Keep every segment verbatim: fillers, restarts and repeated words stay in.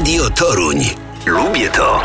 Radio Toruń. Lubię to.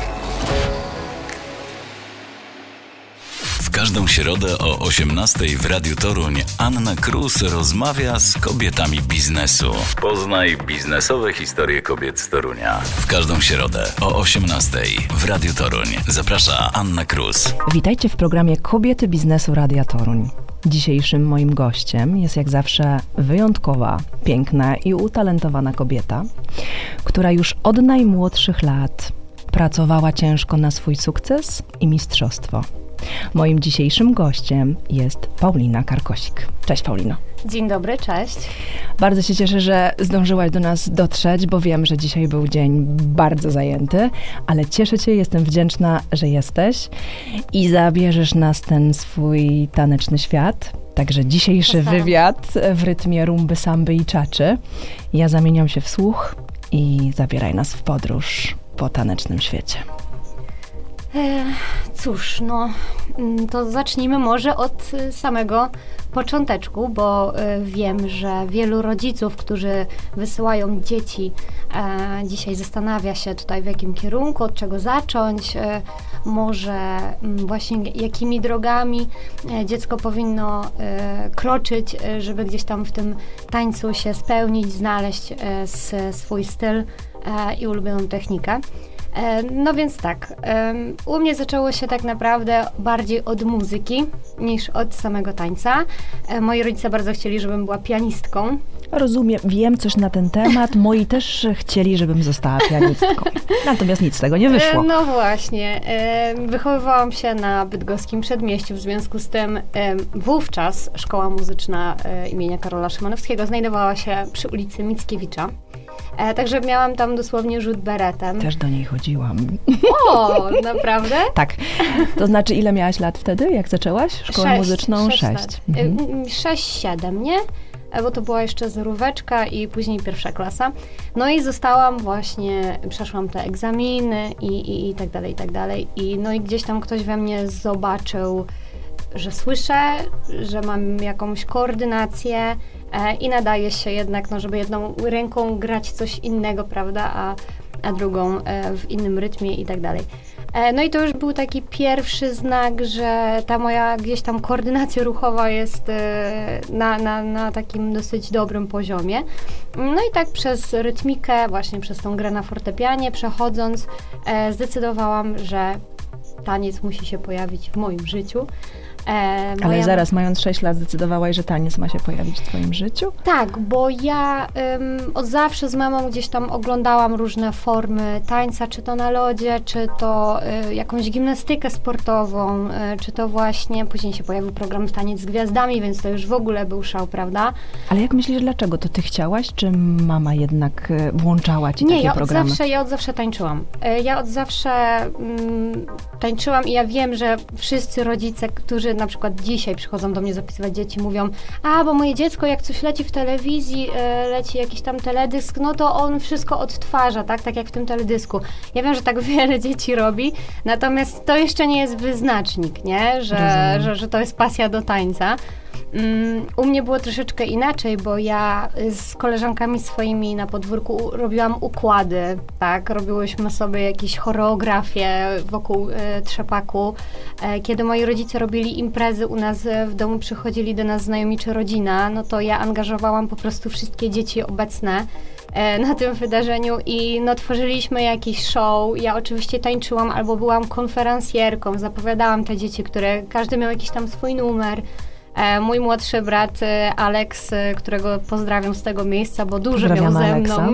W każdą środę o osiemnastej w Radiu Toruń Anna Krus rozmawia z kobietami biznesu. Poznaj biznesowe historie kobiet z Torunia. W każdą środę o osiemnastej w Radiu Toruń zaprasza Anna Krus. Witajcie w programie Kobiety Biznesu Radia Toruń. Dzisiejszym moim gościem jest jak zawsze wyjątkowa, piękna i utalentowana kobieta, która już od najmłodszych lat pracowała ciężko na swój sukces i mistrzostwo. Moim dzisiejszym gościem jest Paulina Karkosik. Cześć Paulino. Dzień dobry, cześć. Bardzo się cieszę, że zdążyłaś do nas dotrzeć, bo wiem, że dzisiaj był dzień bardzo zajęty, ale cieszę się, jestem wdzięczna, że jesteś i zabierzesz nas ten swój taneczny świat. Także dzisiejszy Postaram. wywiad w rytmie rumby, samby i czaczy. Ja zamieniam się w słuch i zabieraj nas w podróż po tanecznym świecie. Cóż, no to zacznijmy może od samego począteczku, bo wiem, że wielu rodziców, którzy wysyłają dzieci, e, dzisiaj zastanawia się tutaj w jakim kierunku, od czego zacząć, e, może właśnie jakimi drogami dziecko powinno e, kroczyć, żeby gdzieś tam w tym tańcu się spełnić, znaleźć e, s, swój styl e, i ulubioną technikę. No więc tak, u mnie zaczęło się tak naprawdę bardziej od muzyki niż od samego tańca. Moi rodzice bardzo chcieli, żebym była pianistką. Rozumiem, wiem coś na ten temat. Moi też chcieli, żebym została pianistką. Natomiast nic z tego nie wyszło. No właśnie. Wychowywałam się na bydgoskim Przedmieściu, w związku z tym wówczas szkoła muzyczna imienia Karola Szymanowskiego znajdowała się przy ulicy Mickiewicza. E, także miałam tam dosłownie rzut beretem. Też do niej chodziłam. O, naprawdę? Tak. To znaczy, ile miałaś lat wtedy, jak zaczęłaś szkołę sześć, muzyczną? Sześć. Sześć. Mhm. Sześć, siedem, nie? Bo to była jeszcze zeróweczka i później pierwsza klasa. No i zostałam właśnie, przeszłam te egzaminy i, i, i tak dalej, i tak dalej. I no i gdzieś tam ktoś we mnie zobaczył, że słyszę, że mam jakąś koordynację, i nadaje się jednak, no, żeby jedną ręką grać coś innego, prawda, a, a drugą w innym rytmie i tak dalej. No i to już był taki pierwszy znak, że ta moja gdzieś tam koordynacja ruchowa jest na, na, na takim dosyć dobrym poziomie. No i tak przez rytmikę, właśnie przez tą grę na fortepianie przechodząc, zdecydowałam, że taniec musi się pojawić w moim życiu. E, Ale moja... zaraz, mając sześć lat, zdecydowałaś, że taniec ma się pojawić w twoim życiu? Tak, bo ja um, od zawsze z mamą gdzieś tam oglądałam różne formy tańca, czy to na lodzie, czy to y, jakąś gimnastykę sportową, y, czy to właśnie, później się pojawił program Taniec z Gwiazdami, więc to już w ogóle był szał, prawda? Ale jak myślisz, dlaczego? To ty chciałaś, czy mama jednak y, włączała ci Nie, takie ja programy? Nie, zawsze, ja od zawsze tańczyłam. Y, ja od zawsze mm, tańczyłam i ja wiem, że wszyscy rodzice, którzy na przykład dzisiaj przychodzą do mnie zapisywać dzieci, mówią, a bo moje dziecko jak coś leci w telewizji, e, leci jakiś tam teledysk, no to on wszystko odtwarza, tak, tak jak w tym teledysku. Ja wiem, że tak wiele dzieci robi, natomiast to jeszcze nie jest wyznacznik, nie, że, że, że to jest pasja do tańca. Um, u mnie było troszeczkę inaczej, bo ja z koleżankami swoimi na podwórku robiłam układy, tak, robiłyśmy sobie jakieś choreografie wokół e, trzepaku. E, kiedy moi rodzice robili imprezy u nas w domu, przychodzili do nas znajomi czy rodzina, no to ja angażowałam po prostu wszystkie dzieci obecne e, na tym wydarzeniu i no tworzyliśmy jakiś show. Ja oczywiście tańczyłam albo byłam konferencjerką, zapowiadałam te dzieci, które każdy miał jakiś tam swój numer. Mój młodszy brat Alex, którego pozdrawiam z tego miejsca, bo dużo miał ze mną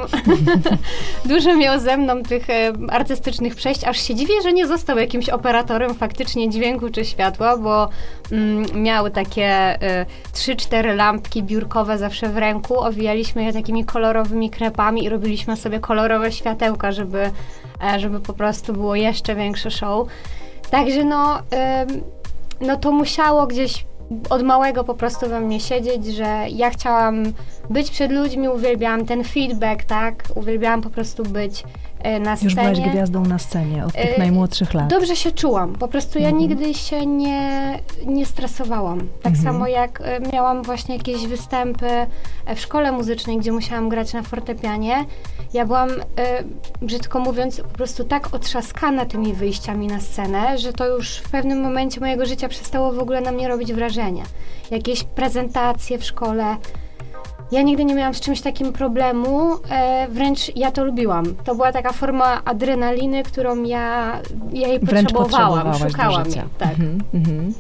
dużo miał ze mną tych artystycznych przejść, aż się dziwię, że nie został jakimś operatorem faktycznie dźwięku czy światła, bo mm, miał takie trzy, cztery lampki biurkowe zawsze w ręku, owijaliśmy je takimi kolorowymi krepami i robiliśmy sobie kolorowe światełka, żeby, żeby po prostu było jeszcze większe show. Także no, no to musiało gdzieś od małego po prostu we mnie siedzieć, że ja chciałam być przed ludźmi, uwielbiałam ten feedback, tak? Uwielbiałam po prostu być na scenie. Już byłaś gwiazdą na scenie od tych najmłodszych lat. Dobrze się czułam. Po prostu ja mhm. nigdy się nie, nie stresowałam. Tak mhm. samo jak miałam właśnie jakieś występy w szkole muzycznej, gdzie musiałam grać na fortepianie. Ja byłam, brzydko mówiąc, po prostu tak otrzaskana tymi wyjściami na scenę, że to już w pewnym momencie mojego życia przestało w ogóle na mnie robić wrażenie. Jakieś prezentacje w szkole. Ja nigdy nie miałam z czymś takim problemu, e, wręcz ja to lubiłam. To była taka forma adrenaliny, którą ja, ja jej wręcz potrzebowałam, szukałam jej. Tak. Mhm, mhm.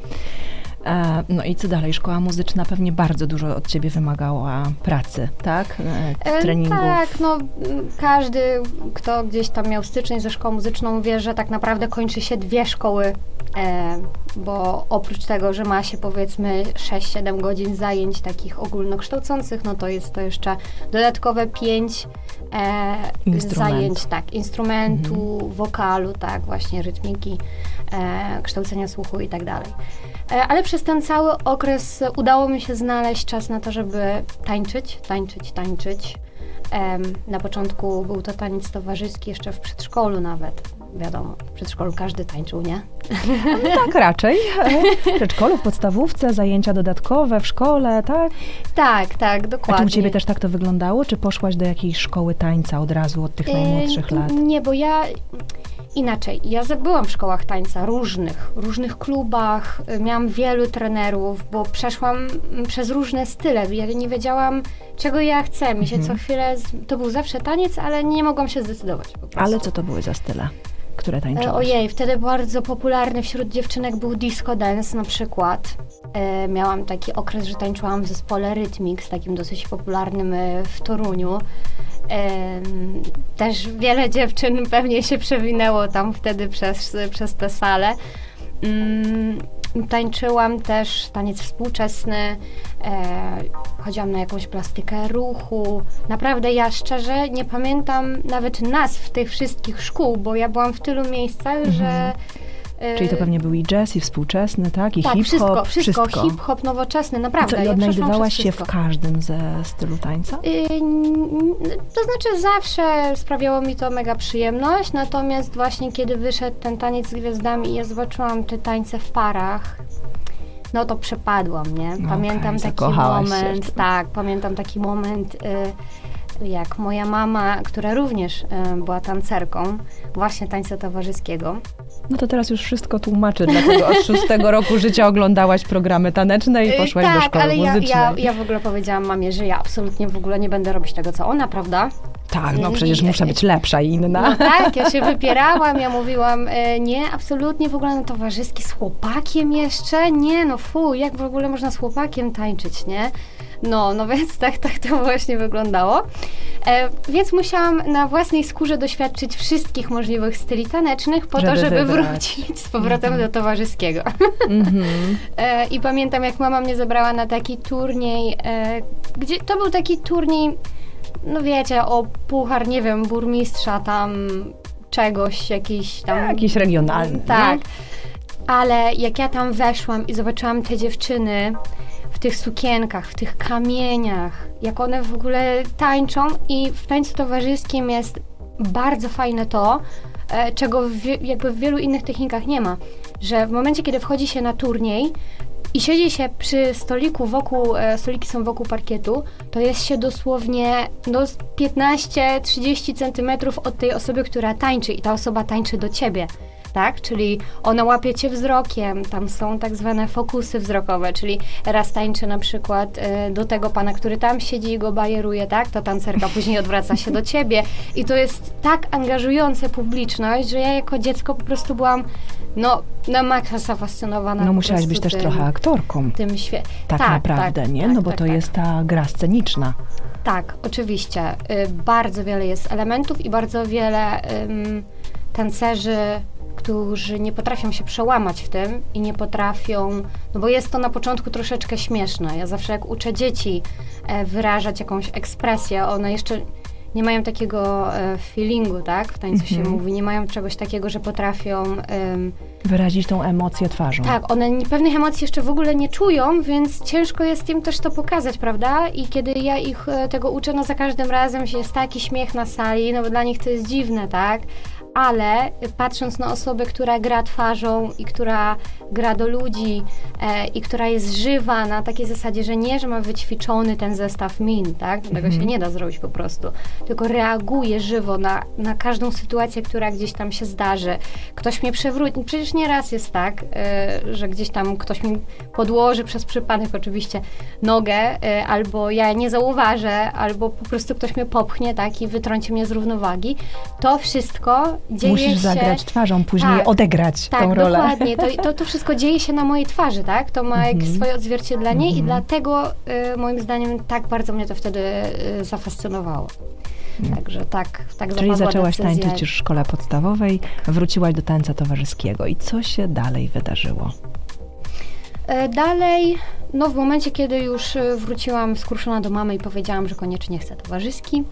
E, no i co dalej? Szkoła muzyczna pewnie bardzo dużo od ciebie wymagała pracy, tak? E, treningów. E, tak, no każdy, kto gdzieś tam miał styczność ze szkołą muzyczną, wie, że tak naprawdę kończy się dwie szkoły, e, bo oprócz tego, że ma się powiedzmy sześć siedem godzin zajęć takich ogólnokształcących, no to jest to jeszcze dodatkowe pięć e, zajęć, tak, instrumentu, mhm. wokalu, tak, właśnie rytmiki, e, kształcenia słuchu i tak dalej. E, ale przez ten cały okres udało mi się znaleźć czas na to, żeby tańczyć, tańczyć, tańczyć. E, na początku był to taniec towarzyski, jeszcze w przedszkolu nawet. Wiadomo, w przedszkolu każdy tańczył, nie? No tak, raczej. W przedszkolu, w podstawówce, zajęcia dodatkowe w szkole, tak? Tak, tak, dokładnie. A czy u ciebie też tak to wyglądało? Czy poszłaś do jakiejś szkoły tańca od razu, od tych yy, najmłodszych lat? Nie, bo ja... Inaczej, ja byłam w szkołach tańca różnych, różnych klubach, miałam wielu trenerów, bo przeszłam przez różne style. Ja nie wiedziałam, czego ja chcę. Mi się mhm. co chwilę... To był zawsze taniec, ale nie mogłam się zdecydować po prostu. Ale co to były za style, które tańczyłaś? Ojej, wtedy bardzo popularny wśród dziewczynek był disco dance na przykład. E, miałam taki okres, że tańczyłam w zespole Rhythmix, takim dosyć popularnym w Toruniu. E, też wiele dziewczyn pewnie się przewinęło tam wtedy przez, przez tę salę. Mm, tańczyłam też taniec współczesny, e, chodziłam na jakąś plastykę ruchu. Naprawdę ja szczerze nie pamiętam nawet nazw tych wszystkich szkół, bo ja byłam w tylu miejscach, mhm. że... Czyli to pewnie był i jazz, i współczesny, tak? I tak, hip-hop, wszystko, wszystko, wszystko. Hip-hop nowoczesny, naprawdę. I co, i odnajdywałaś ja się w każdym ze stylu tańca? Yy, to znaczy zawsze sprawiało mi to mega przyjemność, natomiast właśnie kiedy wyszedł ten taniec z gwiazdami i ja zobaczyłam te tańce w parach, no to przepadłam, nie? Pamiętam okay, taki moment, się. tak, pamiętam taki moment, y, jak moja mama, która również y, była tancerką, właśnie tańca towarzyskiego. No to teraz już wszystko tłumaczy, dlatego od szóstego roku życia oglądałaś programy taneczne i poszłaś tak, do szkoły ale muzycznej. Ja, ja, ja w ogóle powiedziałam mamie, że ja absolutnie w ogóle nie będę robić tego, co ona, prawda? Tak, no przecież muszę być lepsza i inna. No tak, ja się wypierałam, ja mówiłam, e, nie, absolutnie w ogóle na towarzyski z chłopakiem jeszcze, nie, no fu, jak w ogóle można z chłopakiem tańczyć, nie? No, no więc tak, tak to właśnie wyglądało. E, więc musiałam na własnej skórze doświadczyć wszystkich możliwych styli tanecznych po żeby to, żeby wybrać. wrócić z powrotem mm-hmm. do towarzyskiego. Mm-hmm. e, I pamiętam, jak mama mnie zabrała na taki turniej, e, gdzie to był taki turniej, no wiecie, o puchar, nie wiem, burmistrza tam czegoś, jakiś tam... Jakiś regionalny. Tak. No? Ale jak ja tam weszłam i zobaczyłam te dziewczyny w tych sukienkach, w tych kamieniach, jak one w ogóle tańczą i w tańcu towarzyskim jest bardzo fajne to, e, czego w, jakby w wielu innych technikach nie ma, że w momencie, kiedy wchodzi się na turniej i siedzi się przy stoliku wokół, e, stoliki są wokół parkietu, to jest się dosłownie no, piętnaście trzydzieści centymetrów od tej osoby, która tańczy i ta osoba tańczy do ciebie. Tak, czyli ona łapie cię wzrokiem, tam są tak zwane fokusy wzrokowe, czyli raz tańczy na przykład y, do tego pana, który tam siedzi i go bajeruje, tak, to tancerka później odwraca się do ciebie i to jest tak angażujące publiczność, że ja jako dziecko po prostu byłam, no, na maksa zafascynowana. No musiałaś być też tym, trochę aktorką. Tym świe- tak, tak naprawdę, tak, nie? Tak, no bo tak, to tak. jest ta gra sceniczna. Tak, oczywiście. Y, bardzo wiele jest elementów i bardzo wiele y, tancerzy, którzy nie potrafią się przełamać w tym i nie potrafią, no bo jest to na początku troszeczkę śmieszne. Ja zawsze jak uczę dzieci e, wyrażać jakąś ekspresję, one jeszcze nie mają takiego e, feelingu, tak? W tańcu Mhm. się mówi. Nie mają czegoś takiego, że potrafią... em, Wyrazić tą emocję twarzą. tak, one nie- pewnych emocji jeszcze w ogóle nie czują, więc ciężko jest im też to pokazać, prawda? I kiedy ja ich e, tego uczę, no za każdym razem się jest taki śmiech na sali, no bo dla nich to jest dziwne, tak? Ale e, patrząc na osobę, która gra twarzą i która gra do ludzi e, i która jest żywa na takiej zasadzie, że nie, że ma wyćwiczony ten zestaw min, tak? Tego Mhm. się nie da zrobić po prostu, tylko reaguje żywo na, na każdą sytuację, która gdzieś tam się zdarzy. Ktoś mnie przewróci, przecież nieraz jest tak, e, że gdzieś tam ktoś mi podłoży przez przypadek oczywiście nogę, e, albo ja nie zauważę, albo po prostu ktoś mnie popchnie, tak, i wytrąci mnie z równowagi. To wszystko dzieje Musisz się... zagrać twarzą, później Tak, odegrać tak, tą rolę. dokładnie. To, to, to wszystko dzieje się na mojej twarzy, tak? To ma jakieś Mhm. swoje odzwierciedlenie i Mhm. dlatego y, moim zdaniem tak bardzo mnie to wtedy y, zafascynowało. Także tak, tak Czyli zapadła zaczęłaś decyzja. tańczyć już w szkole podstawowej, wróciłaś do tańca towarzyskiego. I co się dalej wydarzyło? E, Dalej, no w momencie, kiedy już e, wróciłam skruszona do mamy i powiedziałam, że koniecznie chcę towarzyski,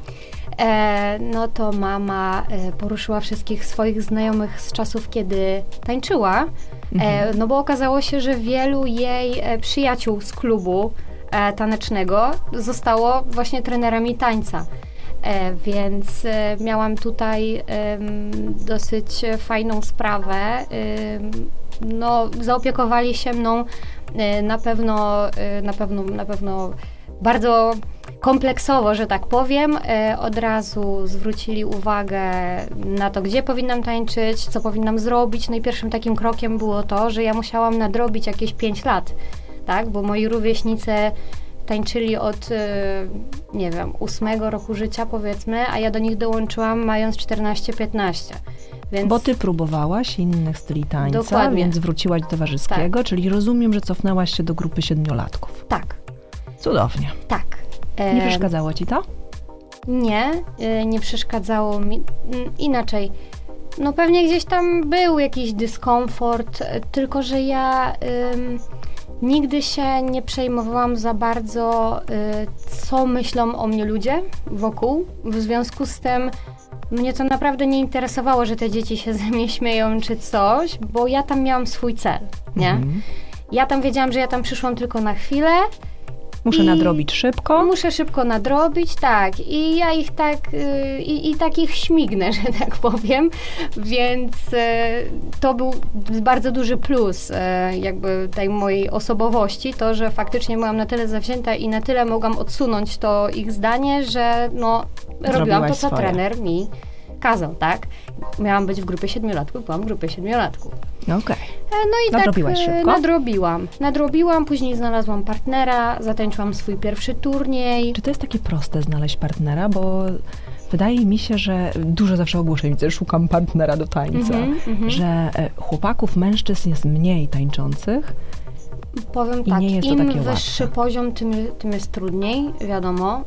e, no to mama e, poruszyła wszystkich swoich znajomych z czasów, kiedy tańczyła, e, no bo okazało się, że wielu jej e, przyjaciół z klubu e, tanecznego zostało właśnie trenerami tańca. E, więc e, miałam tutaj em, dosyć fajną sprawę. Em, no, zaopiekowali się mną e, na pewno, e, na pewno, na pewno bardzo kompleksowo, że tak powiem. E, od razu zwrócili uwagę na to, gdzie powinnam tańczyć, co powinnam zrobić. No i pierwszym takim krokiem było to, że ja musiałam nadrobić jakieś pięć lat, tak, bo moi rówieśnicy tańczyli od, y, nie wiem, ósmego roku życia powiedzmy, a ja do nich dołączyłam mając czternaście piętnaście. Więc Bo ty próbowałaś innych styli tańca, Dokładnie. więc wróciłaś do towarzyskiego, czyli rozumiem, że cofnęłaś się do grupy siedmiolatków. tak, Cudownie. tak. E, Nie przeszkadzało ci to? Nie, y, nie przeszkadzało mi. Mm, Inaczej, no pewnie gdzieś tam był jakiś dyskomfort, y, tylko że ja ym, nigdy się nie przejmowałam za bardzo, y, co myślą o mnie ludzie wokół. W związku z tym mnie to naprawdę nie interesowało, że te dzieci się ze mnie śmieją czy coś, bo ja tam miałam swój cel, nie? Mhm. Ja tam wiedziałam, że ja tam przyszłam tylko na chwilę. Muszę I- nadrobić szybko. Muszę szybko nadrobić, tak. I ja ich tak, y, i, i tak ich śmignę, że tak powiem. Więc y, to był bardzo duży plus y, jakby tej mojej osobowości, to, że faktycznie byłam na tyle zawzięta i na tyle mogłam odsunąć to ich zdanie, że no, robiłam Zrobiłaś to, co swoje. trener mi kazał, tak? Miałam być w grupie siedmiolatków, byłam w grupie siedmiolatków. Okej. E, No i Nadrobiłaś tak e, szybko? nadrobiłam. Nadrobiłam, później znalazłam partnera, zatańczyłam swój pierwszy turniej. Czy to jest takie proste znaleźć partnera? Bo wydaje mi się, że dużo zawsze ogłoszeń widzę, szukam partnera do tańca. Mhm, mhm. Że e, chłopaków, mężczyzn jest mniej tańczących. Powiem I tak, nie jest to im takie wyższy łatwe. poziom, tym, tym jest trudniej, wiadomo.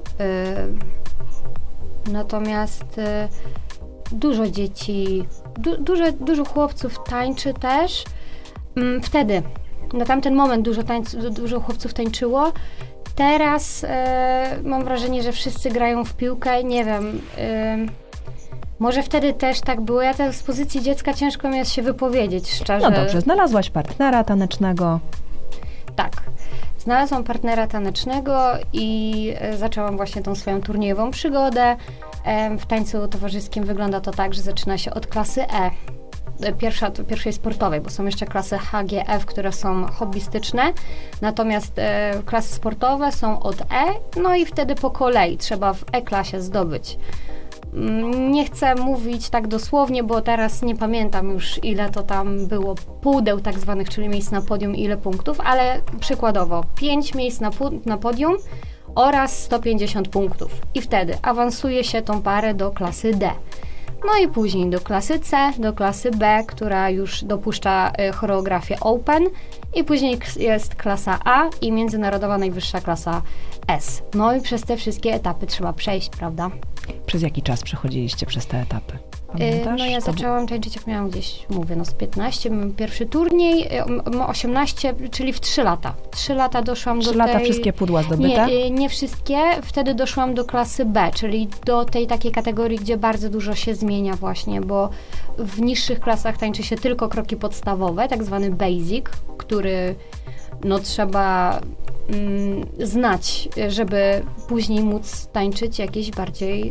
Y, natomiast y, dużo dzieci, du, dużo, dużo chłopców tańczy też. Mm, wtedy, na tamten moment dużo, tańc, dużo chłopców tańczyło. Teraz y, mam wrażenie, że wszyscy grają w piłkę, nie wiem. Y, może wtedy też tak było. Ja teraz z pozycji dziecka ciężko mi jest się wypowiedzieć, szczerze. No dobrze, znalazłaś partnera tanecznego. Tak. Znalazłam partnera tanecznego i e, zaczęłam właśnie tą swoją turniejową przygodę. E, w tańcu towarzyskim wygląda to tak, że zaczyna się od klasy E. E, Pierwsza, to pierwszej sportowej, bo są jeszcze klasy H, G, F, które są hobbystyczne. Natomiast e, klasy sportowe są od E, no i wtedy po kolei trzeba w E-klasie zdobyć. Mm, Nie chcę mówić tak dosłownie, bo teraz nie pamiętam już, ile to tam było półdeł tak zwanych, czyli miejsc na podium, ile punktów, ale przykładowo pięć miejsc na, pu- na podium oraz sto pięćdziesiąt punktów. I wtedy awansuje się tą parę do klasy D. No i później do klasy C, do klasy B, która już dopuszcza y, choreografię Open i później k- jest klasa A i międzynarodowa najwyższa klasa S. No i przez te wszystkie etapy trzeba przejść, prawda? Przez jaki czas przechodziliście przez te etapy? pamiętasz? No ja to zaczęłam tańczyć, jak miałam gdzieś, mówię, no z piętnaście, miałam pierwszy turniej, osiemnaście, czyli w trzy lata. trzy lata doszłam trzy do lata tej... wszystkie pudła zdobyte? Nie, nie wszystkie. Wtedy doszłam do klasy B, czyli do tej takiej kategorii, gdzie bardzo dużo się zmienia właśnie, bo w niższych klasach tańczy się tylko kroki podstawowe, tak zwany basic, który no trzeba mm, znać, żeby później móc tańczyć jakieś bardziej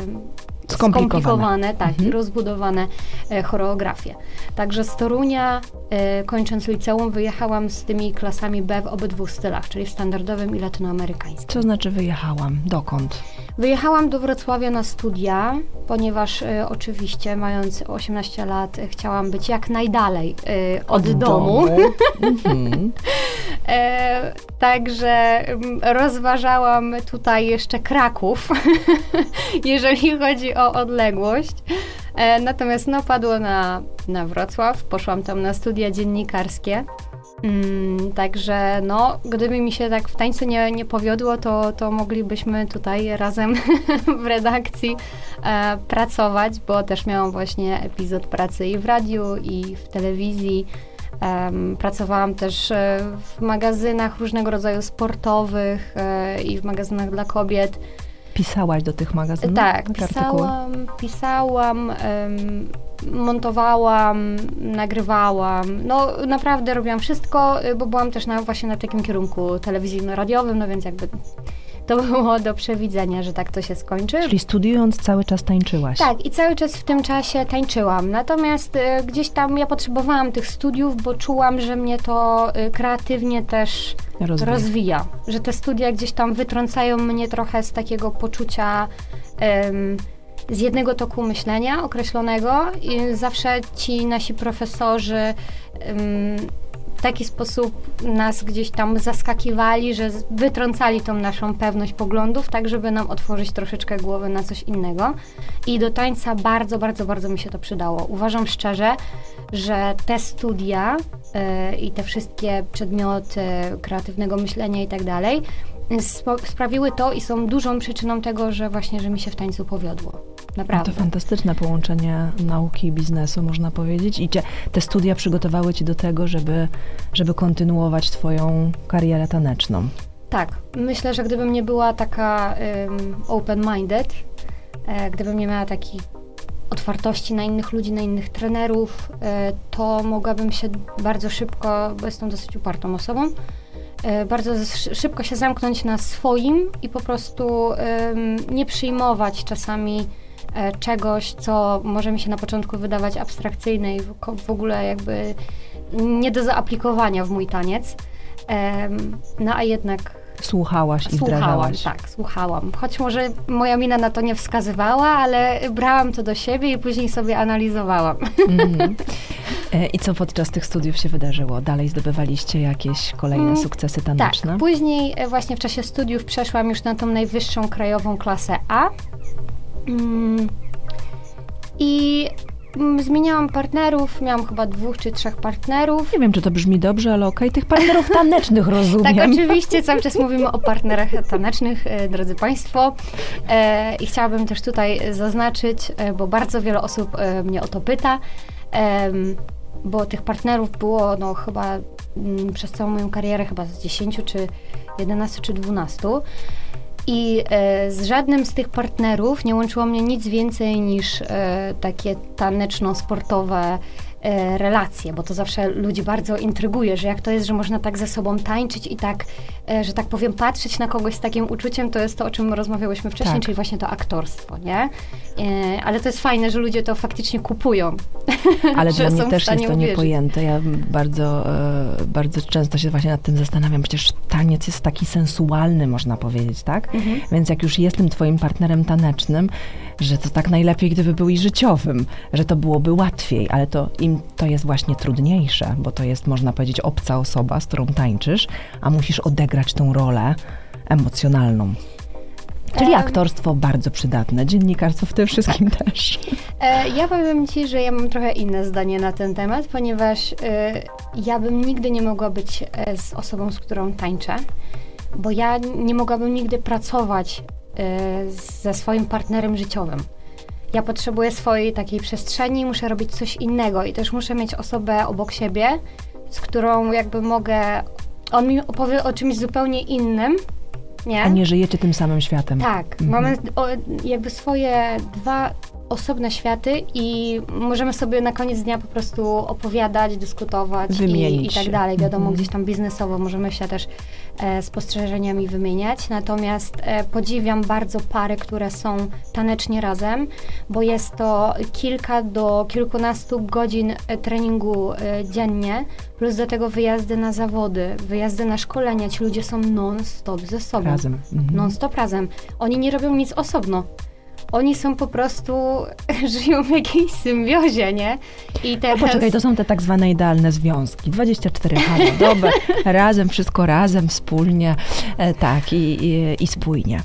y, skomplikowane, skomplikowane tak, mhm. rozbudowane e, choreografie. Także z Torunia, e, kończąc liceum, wyjechałam z tymi klasami B w obydwu stylach, czyli w standardowym i latynoamerykańskim. Co znaczy wyjechałam? Dokąd? Wyjechałam do Wrocławia na studia, ponieważ e, oczywiście, mając osiemnaście lat, e, chciałam być jak najdalej e, od, od domu. domu. Mhm. e, także m, rozważałam tutaj jeszcze Kraków, jeżeli chodzi o odległość. E, natomiast no, padło na, na Wrocław, poszłam tam na studia dziennikarskie. Mm, także no, gdyby mi się tak w tańcu nie, nie powiodło, to, to moglibyśmy tutaj razem w redakcji e, pracować, bo też miałam właśnie epizod pracy i w radiu, i w telewizji. Um, pracowałam też e, w magazynach różnego rodzaju sportowych e, i w magazynach dla kobiet. Pisałaś do tych magazynów? Tak, pisałam, pisałam, um, montowałam, nagrywałam. No naprawdę robiłam wszystko, bo byłam też na, właśnie na takim kierunku telewizyjno-radiowym, no więc jakby to było do przewidzenia, że tak to się skończy. Czyli studiując cały czas tańczyłaś? Tak, i cały czas w tym czasie tańczyłam. Natomiast y, gdzieś tam ja potrzebowałam tych studiów, bo czułam, że mnie to y, kreatywnie też rozwija. rozwija. Że te studia gdzieś tam wytrącają mnie trochę z takiego poczucia ym, z jednego toku myślenia określonego. I zawsze ci nasi profesorzy ym, w taki sposób nas gdzieś tam zaskakiwali, że wytrącali tą naszą pewność poglądów, tak żeby nam otworzyć troszeczkę głowę na coś innego. I do tańca bardzo, bardzo, bardzo mi się to przydało. Uważam szczerze, że te studia yy, i te wszystkie przedmioty kreatywnego myślenia i tak dalej sprawiły to i są dużą przyczyną tego, że właśnie, że mi się w tańcu powiodło. Naprawdę. To fantastyczne połączenie nauki i biznesu, można powiedzieć. I cię, te studia przygotowały ci do tego, żeby, żeby kontynuować twoją karierę taneczną. Tak. Myślę, że gdybym nie była taka um, open-minded, e, gdybym nie miała takiej otwartości na innych ludzi, na innych trenerów, e, to mogłabym się bardzo szybko, bo jestem dosyć upartą osobą, e, bardzo szybko się zamknąć na swoim i po prostu e, nie przyjmować czasami czegoś, co może mi się na początku wydawać abstrakcyjne i w ogóle jakby nie do zaaplikowania w mój taniec. No a jednak słuchałaś i wdrażałaś. Słuchałam, tak, słuchałam. Choć może moja mina na to nie wskazywała, ale brałam to do siebie i później sobie analizowałam. Mm. I co podczas tych studiów się wydarzyło? Dalej zdobywaliście jakieś kolejne mm, sukcesy taneczne? Tak, później właśnie w czasie studiów przeszłam już na tą najwyższą krajową klasę A. Mm. I zmieniałam partnerów, miałam chyba dwóch czy trzech partnerów. Nie wiem, czy to brzmi dobrze, ale okej, okay. Tych partnerów tanecznych rozumiem. Tak, oczywiście, cały czas mówimy o partnerach tanecznych, e, drodzy Państwo. E, I chciałabym też tutaj zaznaczyć, e, bo bardzo wiele osób e, mnie o to pyta, e, bo tych partnerów było no chyba m, przez całą moją karierę chyba z dziesięciu, czy jedenastu, czy dwunastu. I e, z żadnym z tych partnerów nie łączyło mnie nic więcej niż e, takie taneczno-sportowe e, relacje, bo to zawsze ludzi bardzo intryguje, że jak to jest, że można tak ze sobą tańczyć i tak, e, że tak powiem, patrzeć na kogoś z takim uczuciem, to jest to, o czym rozmawiałyśmy wcześniej, tak. Czyli właśnie to aktorstwo, nie? E, ale to jest fajne, że ludzie to faktycznie kupują. Ale dla mnie też jest to niepojęte. Ja bardzo, e, bardzo często się właśnie nad tym zastanawiam. Przecież taniec jest taki sensualny, można powiedzieć, tak? Mhm. Więc jak już jestem twoim partnerem tanecznym, że to tak najlepiej, gdyby był i życiowym, że to byłoby łatwiej, ale to im to jest właśnie trudniejsze, bo to jest, można powiedzieć, obca osoba, z którą tańczysz, a musisz odegrać tą rolę emocjonalną. Czyli um, aktorstwo bardzo przydatne, dziennikarstwo w tym wszystkim też. E, ja powiem ci, że ja mam trochę inne zdanie na ten temat, ponieważ e, ja bym nigdy nie mogła być e, z osobą, z którą tańczę, bo ja nie mogłabym nigdy pracować e, ze swoim partnerem życiowym. Ja potrzebuję swojej takiej przestrzeni, muszę robić coś innego i też muszę mieć osobę obok siebie, z którą jakby mogę, on mi opowie o czymś zupełnie innym, nie? A nie żyjecie tym samym światem. Tak, mhm. mamy o, jakby swoje dwa osobne światy i możemy sobie na koniec dnia po prostu opowiadać, dyskutować i, i tak dalej. Wiadomo, mhm. gdzieś tam biznesowo możemy się też e, spostrzeżeniami wymieniać. Natomiast e, podziwiam bardzo pary, które są tanecznie razem, bo jest to kilka do kilkunastu godzin e, treningu e, dziennie, plus do tego wyjazdy na zawody, wyjazdy na szkolenia. Ci ludzie są non-stop ze sobą. Razem. Mhm. Non-stop razem. Oni nie robią nic osobno. Oni są po prostu, żyją w jakiejś symbiozie, nie? I teraz... No poczekaj, to są te tak zwane idealne związki. dwadzieścia cztery h na dobę, razem, wszystko razem, wspólnie, e, tak, i, i, i spójnie.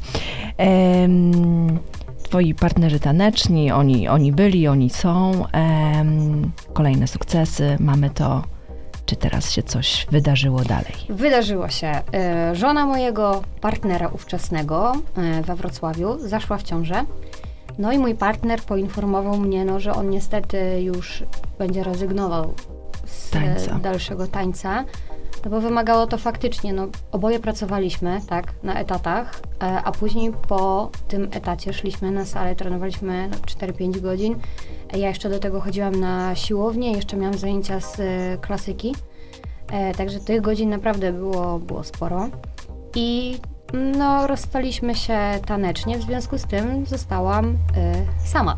Ehm, twoi partnerzy taneczni, oni, oni byli, oni są. Ehm, kolejne sukcesy, mamy to. Czy teraz się coś wydarzyło dalej? Wydarzyło się. Y, żona mojego partnera ówczesnego y, we Wrocławiu zaszła w ciążę. No i mój partner poinformował mnie, no, że on niestety już będzie rezygnował z tańca. dalszego tańca. No bo wymagało to faktycznie, no oboje pracowaliśmy, tak, na etatach, y, a później po tym etacie szliśmy na salę, trenowaliśmy no, cztery pięć godzin. Ja jeszcze do tego chodziłam na siłownię, jeszcze miałam zajęcia z y, klasyki, e, także tych godzin naprawdę było, było sporo. I no, rozstaliśmy się tanecznie, w związku z tym zostałam y, sama.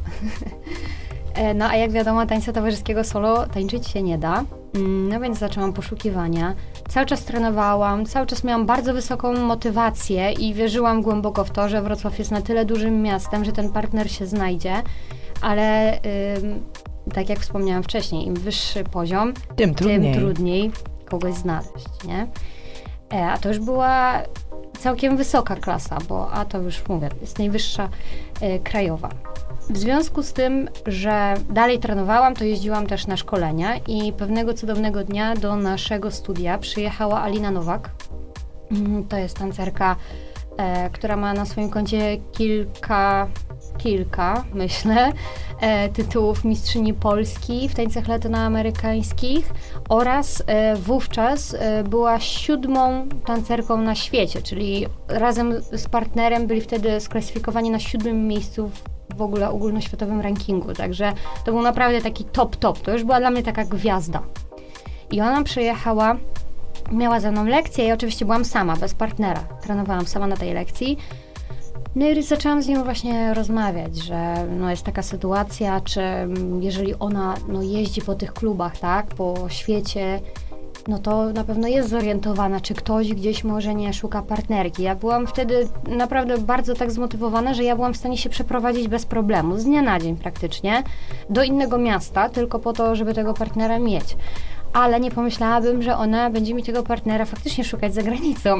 e, no a jak wiadomo, tańca towarzyskiego solo tańczyć się nie da, no więc zaczęłam poszukiwania. Cały czas trenowałam, cały czas miałam bardzo wysoką motywację i wierzyłam głęboko w to, że Wrocław jest na tyle dużym miastem, że ten partner się znajdzie. Ale ym, tak jak wspomniałam wcześniej, im wyższy poziom, tym trudniej, tym trudniej kogoś znaleźć, nie? E, a to już była całkiem wysoka klasa, bo a to już mówię, jest najwyższa e, krajowa. W związku z tym, że dalej trenowałam, to jeździłam też na szkolenia i pewnego cudownego dnia do naszego studia przyjechała Alina Nowak. To jest tancerka, e, która ma na swoim koncie kilka... kilka, myślę, e, tytułów mistrzyni Polski w tańcach latynoamerykańskich oraz e, wówczas e, była siódmą tancerką na świecie, czyli razem z partnerem byli wtedy sklasyfikowani na siódmym miejscu w, w ogóle ogólnoświatowym rankingu, także to był naprawdę taki top, top, to już była dla mnie taka gwiazda. I ona przyjechała, miała ze mną lekcję i oczywiście byłam sama, bez partnera, trenowałam sama na tej lekcji. No i zaczęłam z nią właśnie rozmawiać, że no jest taka sytuacja, czy jeżeli ona no jeździ po tych klubach, tak, po świecie, no to na pewno jest zorientowana, czy ktoś gdzieś może nie szuka partnerki. Ja byłam wtedy naprawdę bardzo tak zmotywowana, że ja byłam w stanie się przeprowadzić bez problemu, z dnia na dzień praktycznie, do innego miasta, tylko po to, żeby tego partnera mieć. Ale nie pomyślałabym, że ona będzie mi tego partnera faktycznie szukać za granicą.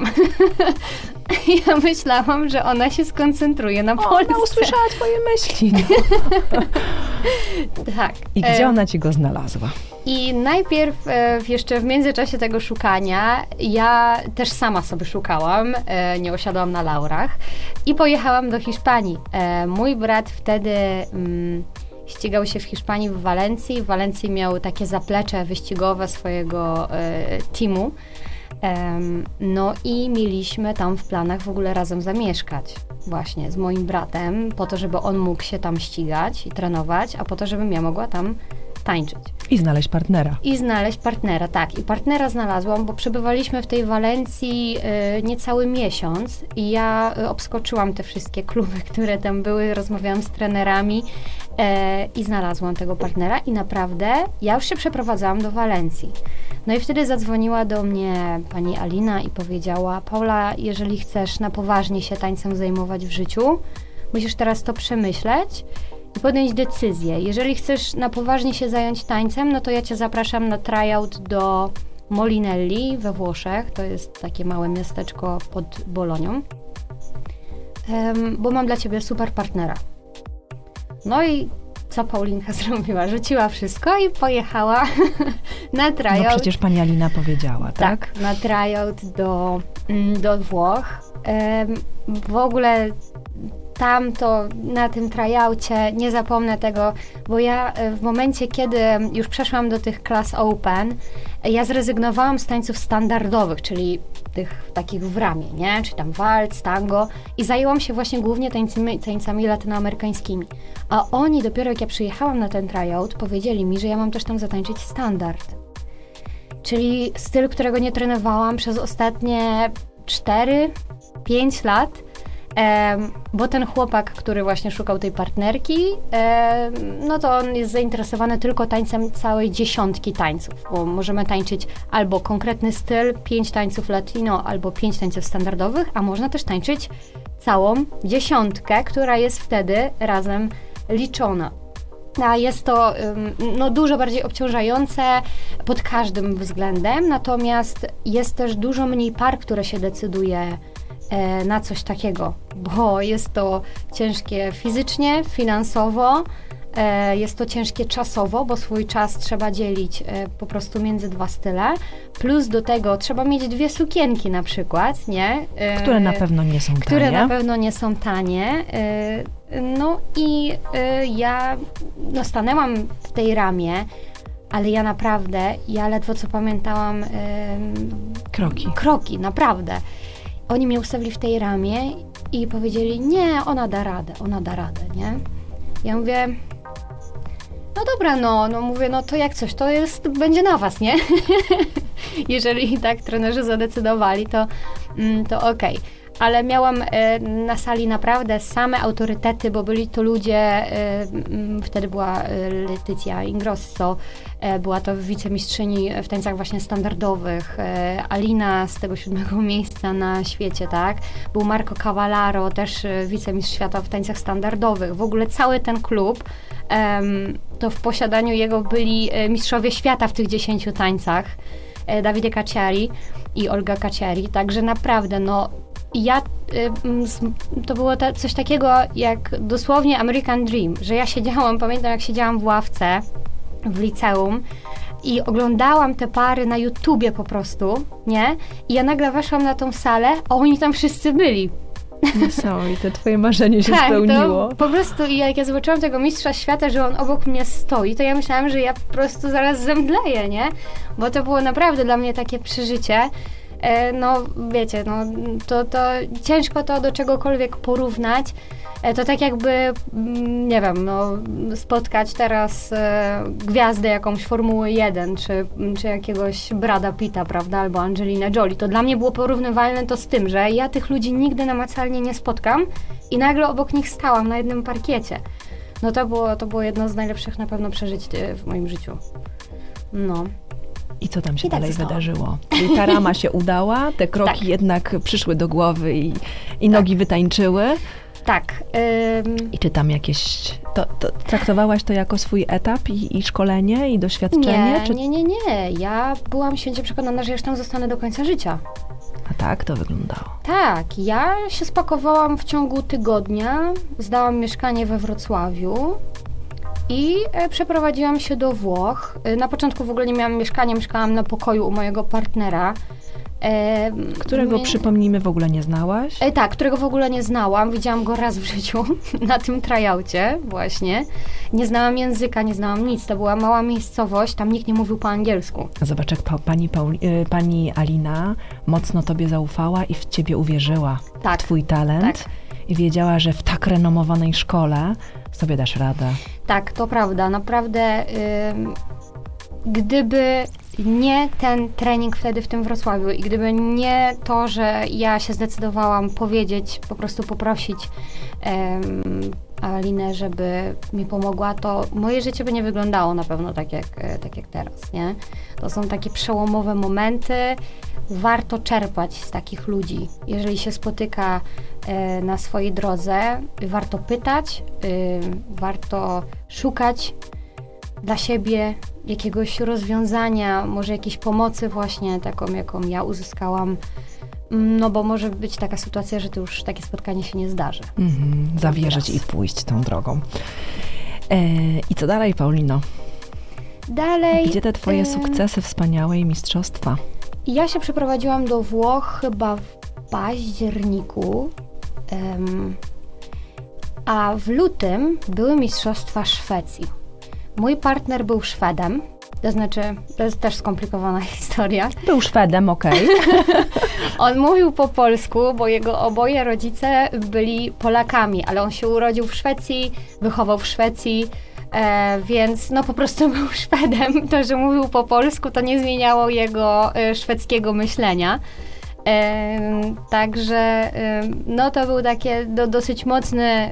Ja myślałam, że ona się skoncentruje na Polsce. Ona usłyszała twoje myśli. No. Tak. I gdzie ona ci go znalazła? I najpierw e, jeszcze w międzyczasie tego szukania ja też sama sobie szukałam, e, nie osiadłam na laurach i pojechałam do Hiszpanii. E, mój brat wtedy... Mm, ścigał się w Hiszpanii, w Walencji. W Walencji miał takie zaplecze wyścigowe swojego e, teamu. E, no i mieliśmy tam w planach w ogóle razem zamieszkać. Właśnie z moim bratem, po to, żeby on mógł się tam ścigać i trenować, a po to, żebym ja mogła tam tańczyć. I znaleźć partnera. I znaleźć partnera, tak. I partnera znalazłam, bo przebywaliśmy w tej Walencji y, niecały miesiąc i ja y, obskoczyłam te wszystkie kluby, które tam były, rozmawiałam z trenerami y, i znalazłam tego partnera i naprawdę ja już się przeprowadzałam do Walencji. No i wtedy zadzwoniła do mnie pani Alina i powiedziała: Paula, jeżeli chcesz na poważnie się tańcem zajmować w życiu, musisz teraz to przemyśleć i podjąć decyzję. Jeżeli chcesz na poważnie się zająć tańcem, no to ja cię zapraszam na tryout do Molinelli we Włoszech. To jest takie małe miasteczko pod Bolonią. Um, bo mam dla ciebie super partnera. No i co Paulinka zrobiła? Rzuciła wszystko i pojechała na tryout. No przecież pani Alina powiedziała, tak? Tak, na tryout do, do Włoch. Um, w ogóle tam to na tym tryoutie nie zapomnę tego, bo ja w momencie, kiedy już przeszłam do tych klas open, ja zrezygnowałam z tańców standardowych, czyli tych takich w ramię, nie? Czy tam walc, tango i zajęłam się właśnie głównie tańcami, tańcami latynoamerykańskimi. A oni dopiero jak ja przyjechałam na ten tryout, powiedzieli mi, że ja mam też tam zatańczyć standard. Czyli styl, którego nie trenowałam przez ostatnie cztery pięć lat, e, bo ten chłopak, który właśnie szukał tej partnerki, e, no to on jest zainteresowany tylko tańcem całej dziesiątki tańców, bo możemy tańczyć albo konkretny styl, pięć tańców latino, albo pięć tańców standardowych, a można też tańczyć całą dziesiątkę, która jest wtedy razem liczona. A jest to no, dużo bardziej obciążające pod każdym względem, natomiast jest też dużo mniej par, które się decyduje e, na coś takiego, bo jest to ciężkie fizycznie, finansowo, e, jest to ciężkie czasowo, bo swój czas trzeba dzielić e, po prostu między dwa style, plus do tego trzeba mieć dwie sukienki na przykład, nie? E, które na pewno nie są tanie. Które na pewno nie są tanie. E, No i y, ja no, stanęłam w tej ramie, ale ja naprawdę, ja ledwo co pamiętałam y, kroki. Kroki, naprawdę. Oni mnie ustawili w tej ramie i powiedzieli, nie, ona da radę, ona da radę, nie? Ja mówię, no dobra, no, no mówię, no to jak coś, to jest, będzie na was, nie? Jeżeli tak trenerzy zadecydowali, to, mm, to okej. Okay. Ale miałam e, na sali naprawdę same autorytety, bo byli to ludzie, e, m, wtedy była e, Leticia Ingrosso, e, była to wicemistrzyni w tańcach właśnie standardowych, e, Alina z tego siódmego miejsca na świecie, tak? Był Marco Cavallaro, też e, wicemistrz świata w tańcach standardowych. W ogóle cały ten klub, e, to w posiadaniu jego byli e, mistrzowie świata w tych dziesięciu tańcach, e, Davide Cacciari i Olga Cacciari, także naprawdę, no ja, to było ta, coś takiego jak dosłownie American Dream, że ja siedziałam, pamiętam jak siedziałam w ławce w liceum i oglądałam te pary na YouTubie po prostu, nie? I ja nagle weszłam na tą salę, a oni tam wszyscy byli. Niesamowite, twoje marzenie się tak, spełniło. To po prostu i jak ja zobaczyłam tego mistrza świata, że on obok mnie stoi, to ja myślałam, że ja po prostu zaraz zemdleję, nie? Bo to było naprawdę dla mnie takie przeżycie. No wiecie, no to, to ciężko to do czegokolwiek porównać. To tak jakby, nie wiem, no spotkać teraz e, gwiazdę jakąś Formuły jeden, czy, czy jakiegoś Brada Pitta, prawda, albo Angelinę Jolie. To dla mnie było porównywalne to z tym, że ja tych ludzi nigdy namacalnie nie spotkam i nagle obok nich stałam na jednym parkiecie. No to było, to było jedno z najlepszych na pewno przeżyć w moim życiu. No. I co tam się I tak dalej zostało. wydarzyło? Czyli ta rama się udała, te kroki tak. jednak przyszły do głowy i, i nogi tak. wytańczyły. Tak. Ym... I czy tam jakieś... To, to traktowałaś to jako swój etap i, i szkolenie i doświadczenie? Nie, czy... nie, nie, nie. Ja byłam święcie przekonana, że już tam zostanę do końca życia. A tak to wyglądało? Tak. Ja się spakowałam w ciągu tygodnia, zdałam mieszkanie we Wrocławiu i e, przeprowadziłam się do Włoch. E, na początku w ogóle nie miałam mieszkania, mieszkałam na pokoju u mojego partnera. E, którego, my... przypomnijmy, w ogóle nie znałaś? E, tak, którego w ogóle nie znałam. Widziałam go raz w życiu, na tym tryoutie właśnie. Nie znałam języka, nie znałam nic. To była mała miejscowość, tam nikt nie mówił po angielsku. Zobacz, jak pa, pani, Pauli, y, pani Alina mocno tobie zaufała i w ciebie uwierzyła, tak, w twój talent. Tak. I wiedziała, że w tak renomowanej szkole sobie dasz radę. Tak, to prawda. Naprawdę, ym, gdyby nie ten trening wtedy w tym Wrocławiu i gdyby nie to, że ja się zdecydowałam powiedzieć, po prostu poprosić ym, Alinę, żeby mi pomogła, to moje życie by nie wyglądało na pewno tak jak, tak jak teraz, nie? To są takie przełomowe momenty. Warto czerpać z takich ludzi. Jeżeli się spotyka e, na swojej drodze, warto pytać, y, warto szukać dla siebie jakiegoś rozwiązania, może jakiejś pomocy właśnie taką, jaką ja uzyskałam. No bo może być taka sytuacja, że to już takie spotkanie się nie zdarzy. Mhm, zawierzyć i pójść tą drogą. E, I co dalej, Paulino? Dalej... Gdzie te twoje e... sukcesy wspaniałe i mistrzostwa? Ja się przeprowadziłam do Włoch chyba w październiku. Um, A w lutym były Mistrzostwa Szwecji. Mój partner był Szwedem, to znaczy, to jest też skomplikowana historia. Był Szwedem, okej. Okay. On mówił po polsku, bo jego oboje rodzice byli Polakami, ale on się urodził w Szwecji, wychował w Szwecji, e, więc no po prostu był Szwedem. To, że mówił po polsku, to nie zmieniało jego e, szwedzkiego myślenia. E, także e, no to był takie do, dosyć mocny e,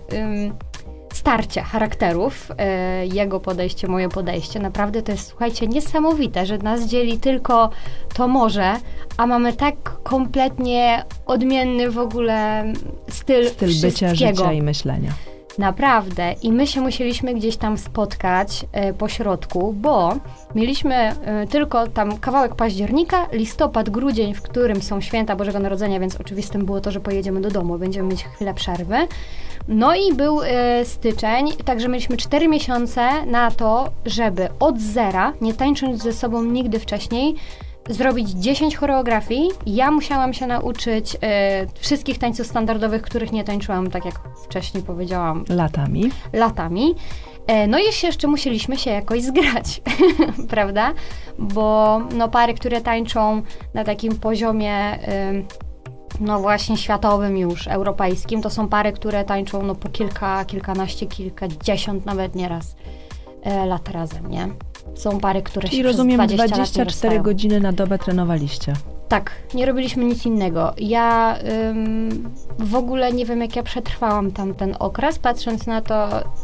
starcie charakterów, e, jego podejście, moje podejście. Naprawdę to jest, słuchajcie, niesamowite, że nas dzieli tylko to morze, a mamy tak kompletnie odmienny w ogóle styl Styl bycia, życia i myślenia. Naprawdę. I my się musieliśmy gdzieś tam spotkać e, po środku, bo mieliśmy e, tylko tam kawałek października, listopad, grudzień, w którym są święta Bożego Narodzenia, więc oczywistym było to, że pojedziemy do domu, będziemy mieć chwilę przerwy. No i był e, styczeń, także mieliśmy cztery miesiące na to, żeby od zera, nie tańcząc ze sobą nigdy wcześniej, zrobić dziesięć choreografii. Ja musiałam się nauczyć e, wszystkich tańców standardowych, których nie tańczyłam, tak jak wcześniej powiedziałam. Latami. Latami. E, no i jeszcze musieliśmy się jakoś zgrać, prawda? Bo no, pary, które tańczą na takim poziomie e, no właśnie światowym już, europejskim, to są pary, które tańczą no po kilka, kilkanaście, kilkadziesiąt nawet nieraz e, lat razem, nie? Są pary, które Czyli się rozumiem, przez dwadzieścia dwadzieścia cztery lat nie godziny na dobę trenowaliście. Tak, nie robiliśmy nic innego. Ja ym, w ogóle nie wiem, jak ja przetrwałam tam ten okres, patrząc na to y,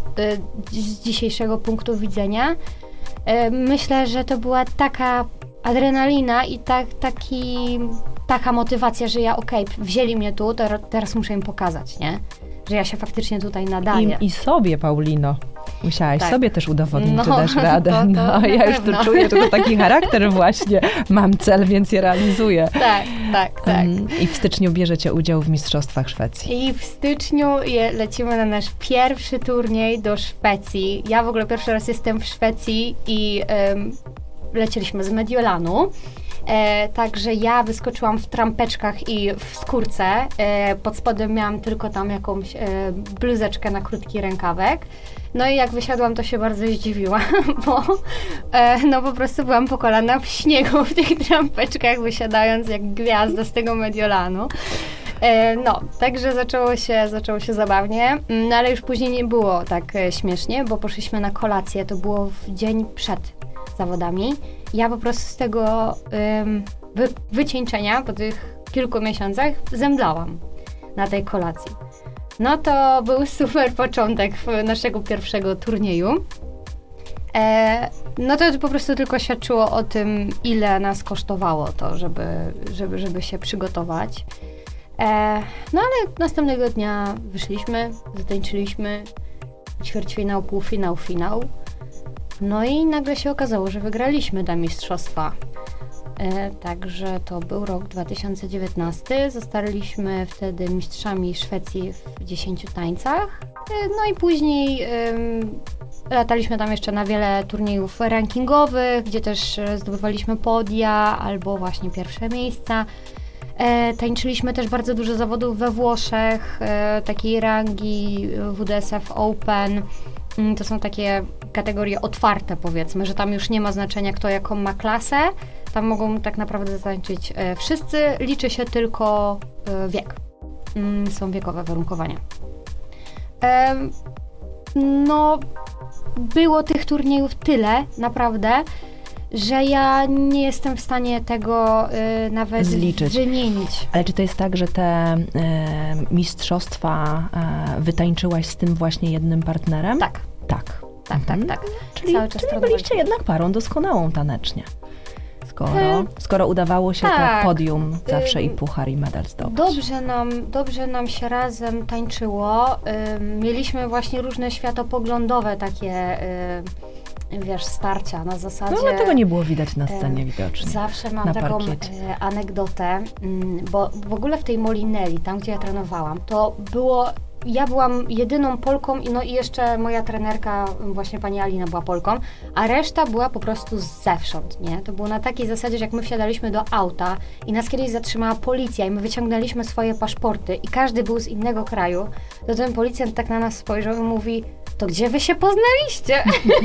z dzisiejszego punktu widzenia. Y, myślę, że to była taka adrenalina i tak, taki, taka motywacja, że ja okej, okay, wzięli mnie tu, to teraz muszę im pokazać, nie? Że ja się faktycznie tutaj nadaję. I, i sobie, Paulino. Musiałaś tak. sobie też udowodnić, no, że dasz radę. To, to no, ja już tu czuję, że to taki charakter właśnie. Mam cel, więc je realizuję. Tak, tak, tak. Um, I w styczniu bierzecie udział w Mistrzostwach Szwecji. I w styczniu je, lecimy na nasz pierwszy turniej do Szwecji. Ja w ogóle pierwszy raz jestem w Szwecji i um, lecieliśmy z Mediolanu. E, także ja wyskoczyłam w trampeczkach i w skórce. E, pod spodem miałam tylko tam jakąś e, bluzeczkę na krótki rękawek. No i jak wysiadłam, to się bardzo zdziwiłam, bo e, no po prostu byłam po kolana w śniegu w tych trampeczkach, wysiadając jak gwiazda z tego Mediolanu. E, no, także zaczęło się, zaczęło się zabawnie, no ale już później nie było tak e, śmiesznie, bo poszliśmy na kolację, to było w dzień przed zawodami. Ja po prostu z tego ym, wy, wycieńczenia po tych kilku miesiącach zemdlałam na tej kolacji. No to był super początek naszego pierwszego turnieju. E, no to po prostu tylko świadczyło o tym, ile nas kosztowało to, żeby, żeby, żeby się przygotować. E, no ale następnego dnia wyszliśmy, zatańczyliśmy ćwierćfinał, półfinał, finał. No i nagle się okazało, że wygraliśmy te mistrzostwa. E, także to był rok dwa tysiące dziewiętnasty. Zostaliśmy wtedy mistrzami Szwecji w dziesięciu tańcach. E, no i później e, lataliśmy tam jeszcze na wiele turniejów rankingowych, gdzie też zdobywaliśmy podia albo właśnie pierwsze miejsca. E, tańczyliśmy też bardzo dużo zawodów we Włoszech, e, takiej rangi W D S F Open. To są takie kategorie otwarte, powiedzmy, że tam już nie ma znaczenia, kto jaką ma klasę. Tam mogą tak naprawdę zatańczyć e, wszyscy. Liczy się tylko e, wiek. Mm, są wiekowe warunkowania. E, no, było tych turniejów tyle, naprawdę, że ja nie jestem w stanie tego y, nawet zliczyć. Wymienić. Ale czy to jest tak, że te y, mistrzostwa y, wytańczyłaś z tym właśnie jednym partnerem? Tak. Tak. Tak, mhm. tak, tak. Czyli, Cały czas czyli byliście jednak parą doskonałą tanecznie. Skoro, hmm. skoro udawało się tak. to podium zawsze i puchar i medal zdobyć. Dobrze nam, dobrze nam się razem tańczyło. Y, mieliśmy właśnie różne światopoglądowe takie y, wiesz, starcia na zasadzie... No, ale tego nie było widać na scenie widocznie. Zawsze mam taką e, anegdotę, m, bo w ogóle w tej Molinelli, tam gdzie ja trenowałam, to było ja byłam jedyną Polką i no i jeszcze moja trenerka, właśnie pani Alina była Polką, a reszta była po prostu zewsząd, nie? To było na takiej zasadzie, że jak my wsiadaliśmy do auta i nas kiedyś zatrzymała policja i my wyciągnęliśmy swoje paszporty i każdy był z innego kraju, to ten policjant tak na nas spojrzał i mówi: to gdzie wy się poznaliście?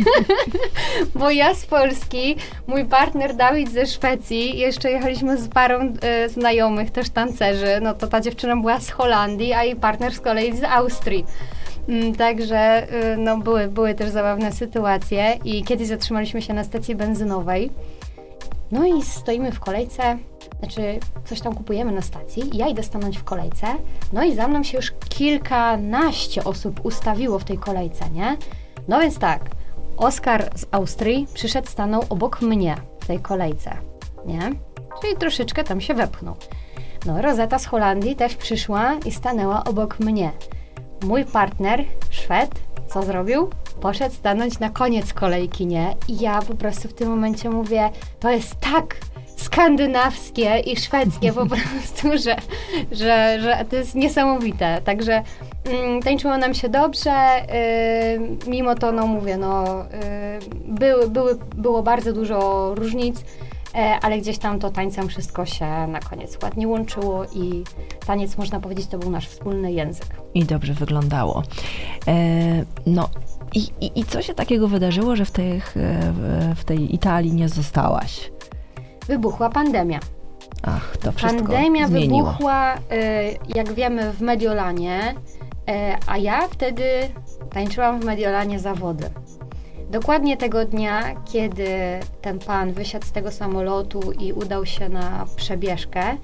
Bo ja z Polski, mój partner Dawid ze Szwecji, jeszcze jechaliśmy z parą e, znajomych, też tancerzy, no to ta dziewczyna była z Holandii, a jej partner z kolei z Austrii. Mm, także e, no, były, były też zabawne sytuacje i kiedyś zatrzymaliśmy się na stacji benzynowej, no i stoimy w kolejce, znaczy coś tam kupujemy na stacji, ja idę stanąć w kolejce, no i za mną się już kilkanaście osób ustawiło w tej kolejce, nie? No więc tak, Oskar z Austrii przyszedł, stanął obok mnie w tej kolejce, nie? Czyli troszeczkę tam się wepchnął. No, Rozeta z Holandii też przyszła i stanęła obok mnie. Mój partner, Szwed, co zrobił? Poszedł stanąć na koniec kolejki, nie? I ja po prostu w tym momencie mówię, to jest tak skandynawskie i szwedzkie po prostu, że, że, że to jest niesamowite. Także mm, tańczyło nam się dobrze, yy, mimo to, no mówię, no yy, były, były, było bardzo dużo różnic, yy, ale gdzieś tam to tańcem wszystko się na koniec ładnie łączyło i taniec, można powiedzieć, to był nasz wspólny język. I dobrze wyglądało. E, no i, i, i co się takiego wydarzyło, że w, tych, w tej Italii nie zostałaś? Wybuchła pandemia. Ach, to wszystko Pandemia zmieniło. wybuchła, y, jak wiemy, w Mediolanie, y, a ja wtedy tańczyłam w Mediolanie zawody. Dokładnie tego dnia, kiedy ten pan wysiadł z tego samolotu i udał się na przebieżkę, y,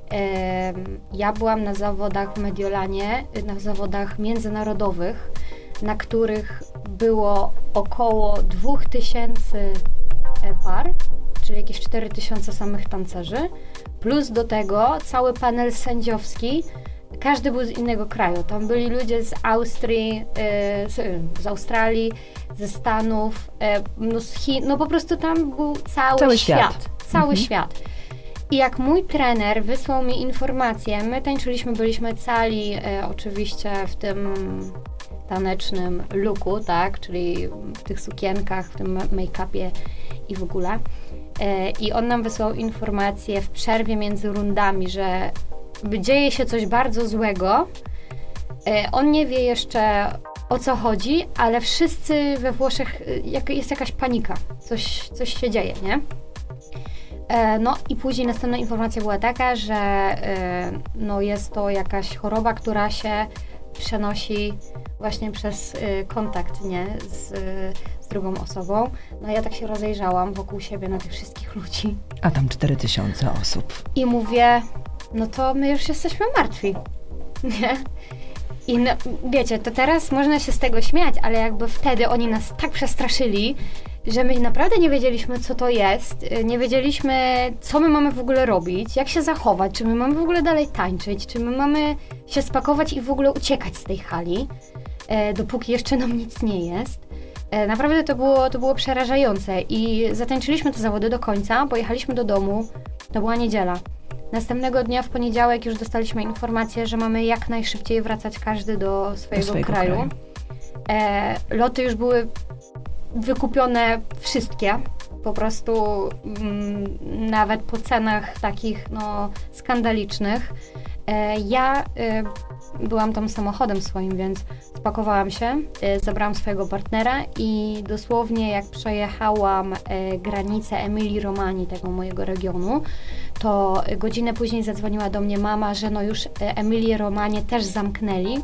ja byłam na zawodach w Mediolanie, na zawodach międzynarodowych, na których było około dwóch tysięcy par, czyli jakieś cztery tysiące samych tancerzy, plus do tego cały panel sędziowski, każdy był z innego kraju. Tam byli ludzie z Austrii, z, z Australii, ze Stanów, no z Chin, no po prostu tam był cały, cały świat. świat. Cały mhm. świat. I jak mój trener wysłał mi informację, my tańczyliśmy, byliśmy cali e, oczywiście w tym tanecznym looku, tak, czyli w tych sukienkach, w tym make-upie i w ogóle. E, I on nam wysłał informację w przerwie między rundami, że dzieje się coś bardzo złego. E, on nie wie jeszcze, o co chodzi, ale wszyscy we Włoszech, jak, jest jakaś panika, coś, coś się dzieje, nie? E, no i później następna informacja była taka, że e, no jest to jakaś choroba, która się przenosi właśnie przez y, kontakt, nie, z, y, z drugą osobą. No ja tak się rozejrzałam wokół siebie na tych wszystkich ludzi. A tam cztery tysiące osób. I mówię, no to my już jesteśmy martwi, nie? I no, wiecie, to teraz można się z tego śmiać, ale jakby wtedy oni nas tak przestraszyli, że my naprawdę nie wiedzieliśmy, co to jest, nie wiedzieliśmy, co my mamy w ogóle robić, jak się zachować, czy my mamy w ogóle dalej tańczyć, czy my mamy się spakować i w ogóle uciekać z tej hali, e, dopóki jeszcze nam nic nie jest. E, naprawdę to było, to było przerażające i zatańczyliśmy te zawody do końca, pojechaliśmy do domu, to była niedziela. Następnego dnia w poniedziałek już dostaliśmy informację, że mamy jak najszybciej wracać każdy do swojego, do swojego kraju. kraju. E, loty już były wykupione wszystkie, po prostu mm, nawet po cenach takich no, skandalicznych. E, ja e, byłam tam samochodem swoim, więc spakowałam się, e, zabrałam swojego partnera i dosłownie jak przejechałam e, granicę Emilii Romanii, tego mojego regionu, to godzinę później zadzwoniła do mnie mama, że no już Emilię Romanię też zamknęli.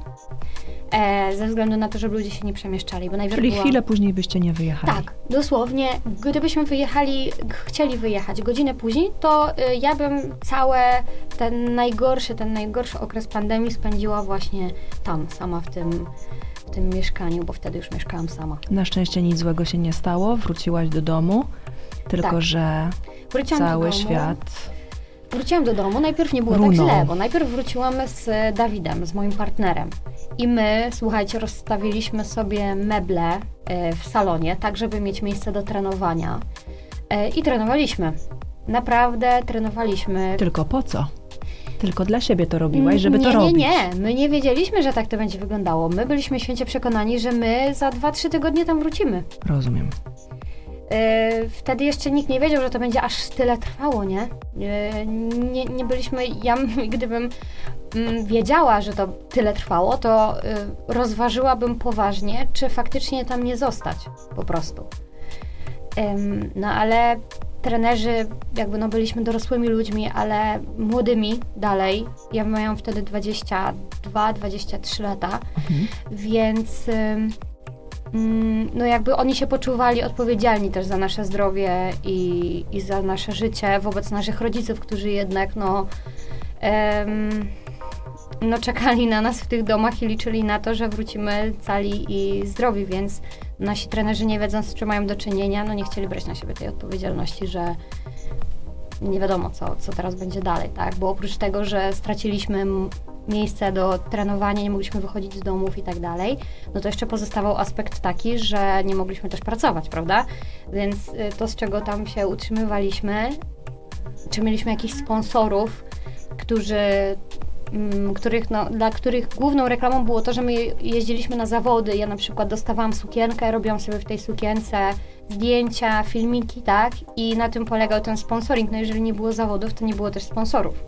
E, ze względu na to, żeby ludzie się nie przemieszczali. Bo najpierw Czyli była... chwilę później byście nie wyjechali. Tak, dosłownie. Gdybyśmy wyjechali, chcieli wyjechać godzinę później, to y, ja bym całe ten najgorszy, ten najgorszy okres pandemii spędziła właśnie tam, sama w tym, w tym mieszkaniu, bo wtedy już mieszkałam sama. Na szczęście nic złego się nie stało, wróciłaś do domu, tylko tak. że Wróciłam cały do domu. świat... Wróciłam do domu, najpierw nie było Runął. tak źle, bo najpierw wróciłam z Dawidem, z moim partnerem. I my, słuchajcie, rozstawiliśmy sobie meble y, w salonie, tak żeby mieć miejsce do trenowania. Y, I trenowaliśmy. Naprawdę trenowaliśmy. Tylko po co? tylko dla siebie to robiłaś, żeby nie, to nie, robić. Nie, nie, my nie wiedzieliśmy, że tak to będzie wyglądało. My byliśmy święcie przekonani, że my za dwa, trzy tygodnie tam wrócimy. Rozumiem. Yy, wtedy jeszcze nikt nie wiedział, że to będzie aż tyle trwało, nie? Yy, nie, nie byliśmy, ja gdybym mm, wiedziała, że to tyle trwało, to yy, rozważyłabym poważnie, czy faktycznie tam nie zostać, po prostu. Yy, no ale trenerzy, jakby no byliśmy dorosłymi ludźmi, ale młodymi dalej. Ja miałam wtedy dwadzieścia dwa, dwadzieścia trzy lata, mhm. więc... Yy, no jakby oni się poczuwali odpowiedzialni też za nasze zdrowie i, i za nasze życie wobec naszych rodziców, którzy jednak no, em, no czekali na nas w tych domach i liczyli na to, że wrócimy cali i zdrowi, więc nasi trenerzy, nie wiedząc, z czym mają do czynienia, no nie chcieli brać na siebie tej odpowiedzialności, że nie wiadomo co, co teraz będzie dalej, tak, bo oprócz tego, że straciliśmy miejsce do trenowania, nie mogliśmy wychodzić z domów i tak dalej, no to jeszcze pozostawał aspekt taki, że nie mogliśmy też pracować, prawda? Więc to, z czego tam się utrzymywaliśmy, czy mieliśmy jakichś sponsorów, którzy, m, których, no, dla których główną reklamą było to, że my jeździliśmy na zawody. Ja na przykład dostawałam sukienkę, robiłam sobie w tej sukience zdjęcia, filmiki, tak? I na tym polegał ten sponsoring. No jeżeli nie było zawodów, to nie było też sponsorów.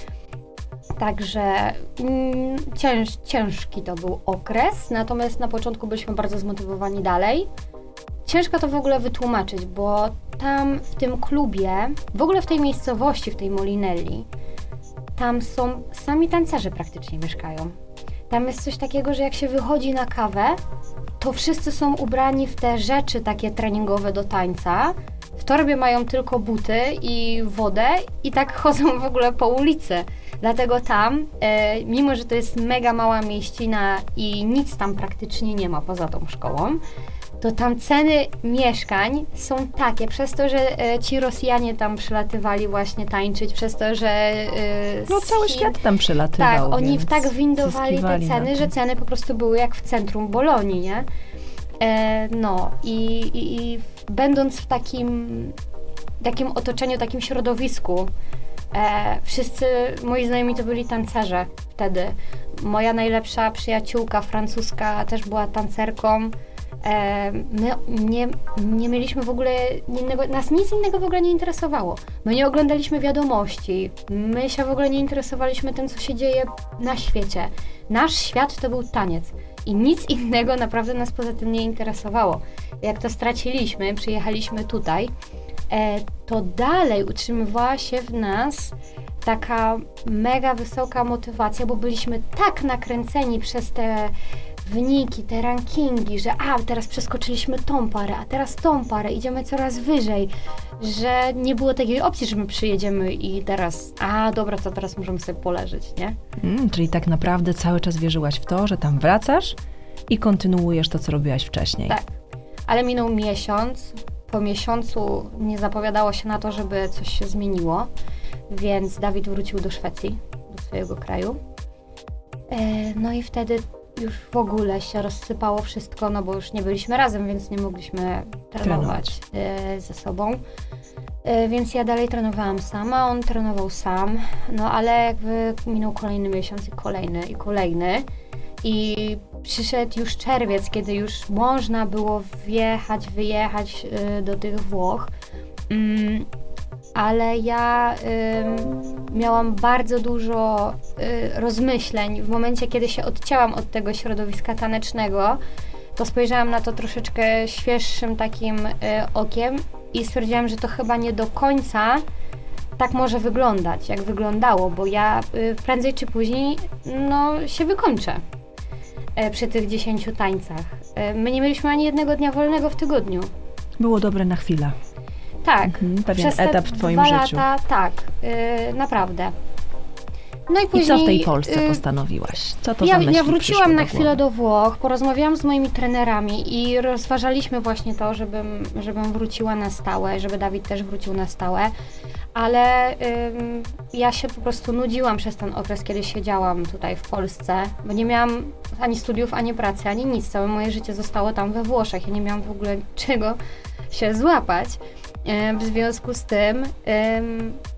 Także mm, cięż, ciężki to był okres, natomiast na początku byliśmy bardzo zmotywowani dalej. Ciężko to w ogóle wytłumaczyć, bo tam w tym klubie, w ogóle w tej miejscowości, w tej Molinelli, tam są, sami tancerze praktycznie mieszkają. Tam jest coś takiego, że jak się wychodzi na kawę, to wszyscy są ubrani w te rzeczy takie treningowe do tańca. W torbie mają tylko buty i wodę i tak chodzą w ogóle po ulicy. Dlatego tam, e, mimo że to jest mega mała mieścina i nic tam praktycznie nie ma poza tą szkołą, to tam ceny mieszkań są takie, przez to, że e, ci Rosjanie tam przylatywali właśnie tańczyć, przez to, że... E, no cały Chin, świat tam przylatywał. Tak, oni tak windowali te ceny, że ceny po prostu były jak w centrum Bolonii, nie? E, no i, i, i będąc w takim, takim otoczeniu, takim środowisku, E, wszyscy moi znajomi to byli tancerze wtedy. Moja najlepsza przyjaciółka francuska też była tancerką. E, my nie, nie mieliśmy w ogóle innego, nas nic innego w ogóle nie interesowało. My nie oglądaliśmy wiadomości, my się w ogóle nie interesowaliśmy tym, co się dzieje na świecie. Nasz świat to był taniec i nic innego naprawdę nas poza tym nie interesowało. Jak to straciliśmy, przyjechaliśmy tutaj, to dalej utrzymywała się w nas taka mega wysoka motywacja, bo byliśmy tak nakręceni przez te wyniki, te rankingi, że a, teraz przeskoczyliśmy tą parę, a teraz tą parę, idziemy coraz wyżej, że nie było takiej opcji, że my przyjedziemy i teraz, a dobra, to teraz możemy sobie poleżeć, nie? Mm, czyli tak naprawdę cały czas wierzyłaś w to, że tam wracasz i kontynuujesz to, co robiłaś wcześniej. Tak, ale minął miesiąc. Po miesiącu nie zapowiadało się na to, żeby coś się zmieniło, więc Dawid wrócił do Szwecji, do swojego kraju. No i wtedy już w ogóle się rozsypało wszystko, no bo już nie byliśmy razem, więc nie mogliśmy trenować, trenować. ze sobą. Więc ja dalej trenowałam sama, on trenował sam, no ale jakby minął kolejny miesiąc i kolejny i kolejny. I przyszedł już czerwiec, kiedy już można było wjechać, wyjechać y, do tych Włoch, ym, ale ja y, miałam bardzo dużo y, rozmyśleń. W momencie, kiedy się odcięłam od tego środowiska tanecznego, to spojrzałam na to troszeczkę świeższym takim y, okiem i stwierdziłam, że to chyba nie do końca tak może wyglądać, jak wyglądało, bo ja y, prędzej czy później no, się wykończę przy tych dziesięciu tańcach. My nie mieliśmy ani jednego dnia wolnego w tygodniu. Było dobre na chwilę. Tak. Mhm, pewien etap w twoim dwa życiu. Lata, tak, yy, naprawdę. No i później... I co w tej Polsce yy, postanowiłaś? Co to ja, za myśli Ja wróciłam na do chwilę do Włoch, porozmawiałam z moimi trenerami i rozważaliśmy właśnie to, żebym, żebym wróciła na stałe, żeby Dawid też wrócił na stałe. Ale ym, ja się po prostu nudziłam przez ten okres, kiedy siedziałam tutaj w Polsce, bo nie miałam ani studiów, ani pracy, ani nic. Całe moje życie zostało tam we Włoszech. Ja nie miałam w ogóle czego się złapać. Ym, w związku z tym ym,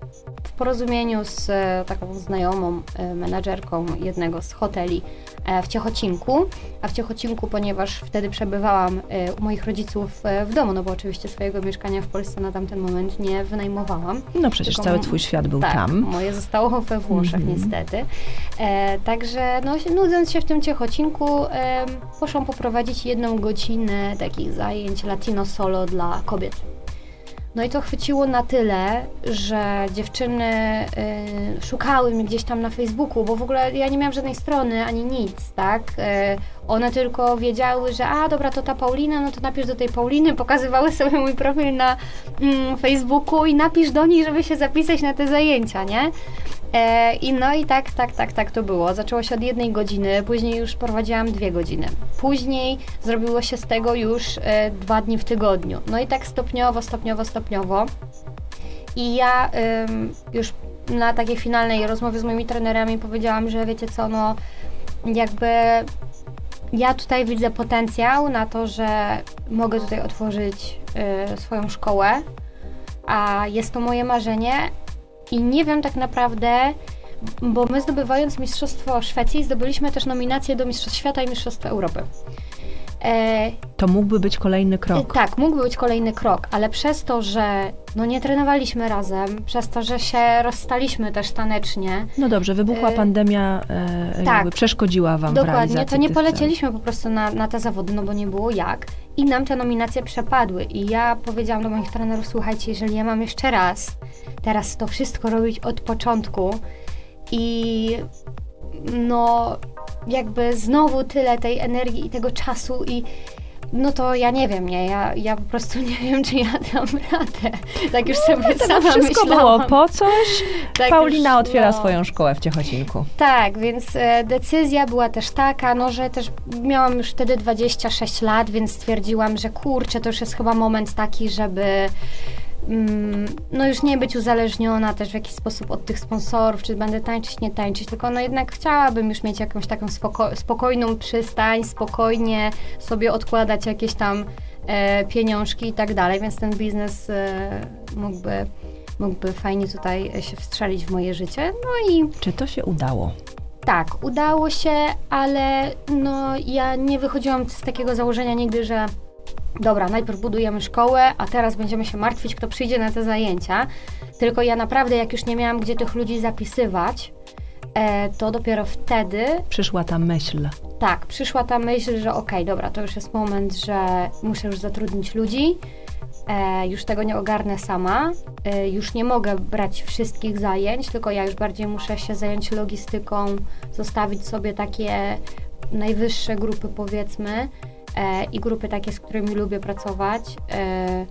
w porozumieniu z e, taką znajomą e, menadżerką jednego z hoteli e, w Ciechocinku, a w Ciechocinku, ponieważ wtedy przebywałam e, u moich rodziców e, w domu, no bo oczywiście swojego mieszkania w Polsce na tamten moment nie wynajmowałam. No przecież Tylko cały twój świat był tak, tam. moje zostało we Włoszech mm-hmm. niestety. E, także no, nudząc się w tym Ciechocinku, e, poszłam poprowadzić jedną godzinę takich zajęć Latino Solo dla kobiet. No i to chwyciło na tyle, że dziewczyny y, szukały mnie gdzieś tam na Facebooku, bo w ogóle ja nie miałam żadnej strony, ani nic, tak? Y, one tylko wiedziały, że a dobra, to ta Paulina, no to napisz do tej Pauliny, pokazywały sobie mój profil na mm, Facebooku i napisz do nich, żeby się zapisać na te zajęcia, nie? E, I no i tak, tak, tak, tak to było. Zaczęło się od jednej godziny, później już prowadziłam dwie godziny. Później zrobiło się z tego już e, dwa dni w tygodniu. No i tak stopniowo, stopniowo, stopniowo. I ja ym, już na takiej finalnej rozmowie z moimi trenerami powiedziałam, że wiecie co, no jakby ja tutaj widzę potencjał na to, że mogę tutaj otworzyć y, swoją szkołę, a jest to moje marzenie. I nie wiem tak naprawdę, bo my zdobywając Mistrzostwo Szwecji, zdobyliśmy też nominację do Mistrzostw Świata i Mistrzostw Europy. E, to mógłby być kolejny krok. E, tak, mógłby być kolejny krok, ale przez to, że no nie trenowaliśmy razem, przez to, że się rozstaliśmy też tanecznie. No dobrze, wybuchła e, pandemia, e, tak, jakby przeszkodziła wam dokładnie, w realizacji to nie tych polecieliśmy celów. po prostu na, na te zawody, no bo nie było jak. I nam te nominacje przepadły. I ja powiedziałam do moich trenerów, słuchajcie, jeżeli ja mam jeszcze raz teraz to wszystko robić od początku i no jakby znowu tyle tej energii i tego czasu i no to ja nie wiem, nie, ja, ja po prostu nie wiem, czy ja dam radę. Tak już no, sobie sama wszystko myślałam. było po coś. Tak Paulina już, otwiera no. swoją szkołę w Ciechocinku. Tak, więc e, decyzja była też taka, no że też miałam już wtedy dwadzieścia sześć lat, więc stwierdziłam, że kurczę, to już jest chyba moment taki, żeby mm, no już nie być uzależniona też w jakiś sposób od tych sponsorów, czy będę tańczyć, nie tańczyć, tylko no jednak chciałabym już mieć jakąś taką spoko- spokojną przystań, spokojnie sobie odkładać jakieś tam e, pieniążki i tak dalej, więc ten biznes e, mógłby mógłby fajnie tutaj się wstrzelić w moje życie. No i czy to się udało? Tak, udało się, ale no ja nie wychodziłam z takiego założenia nigdy, że dobra, najpierw budujemy szkołę, a teraz będziemy się martwić, kto przyjdzie na te zajęcia. Tylko ja naprawdę, jak już nie miałam gdzie tych ludzi zapisywać, e, to dopiero wtedy przyszła ta myśl. Tak, przyszła ta myśl, że okej, okay, dobra, to już jest moment, że muszę już zatrudnić ludzi. E, już tego nie ogarnę sama, e, już nie mogę brać wszystkich zajęć, tylko ja już bardziej muszę się zająć logistyką, zostawić sobie takie najwyższe grupy, powiedzmy, e, i grupy takie, z którymi lubię pracować, e,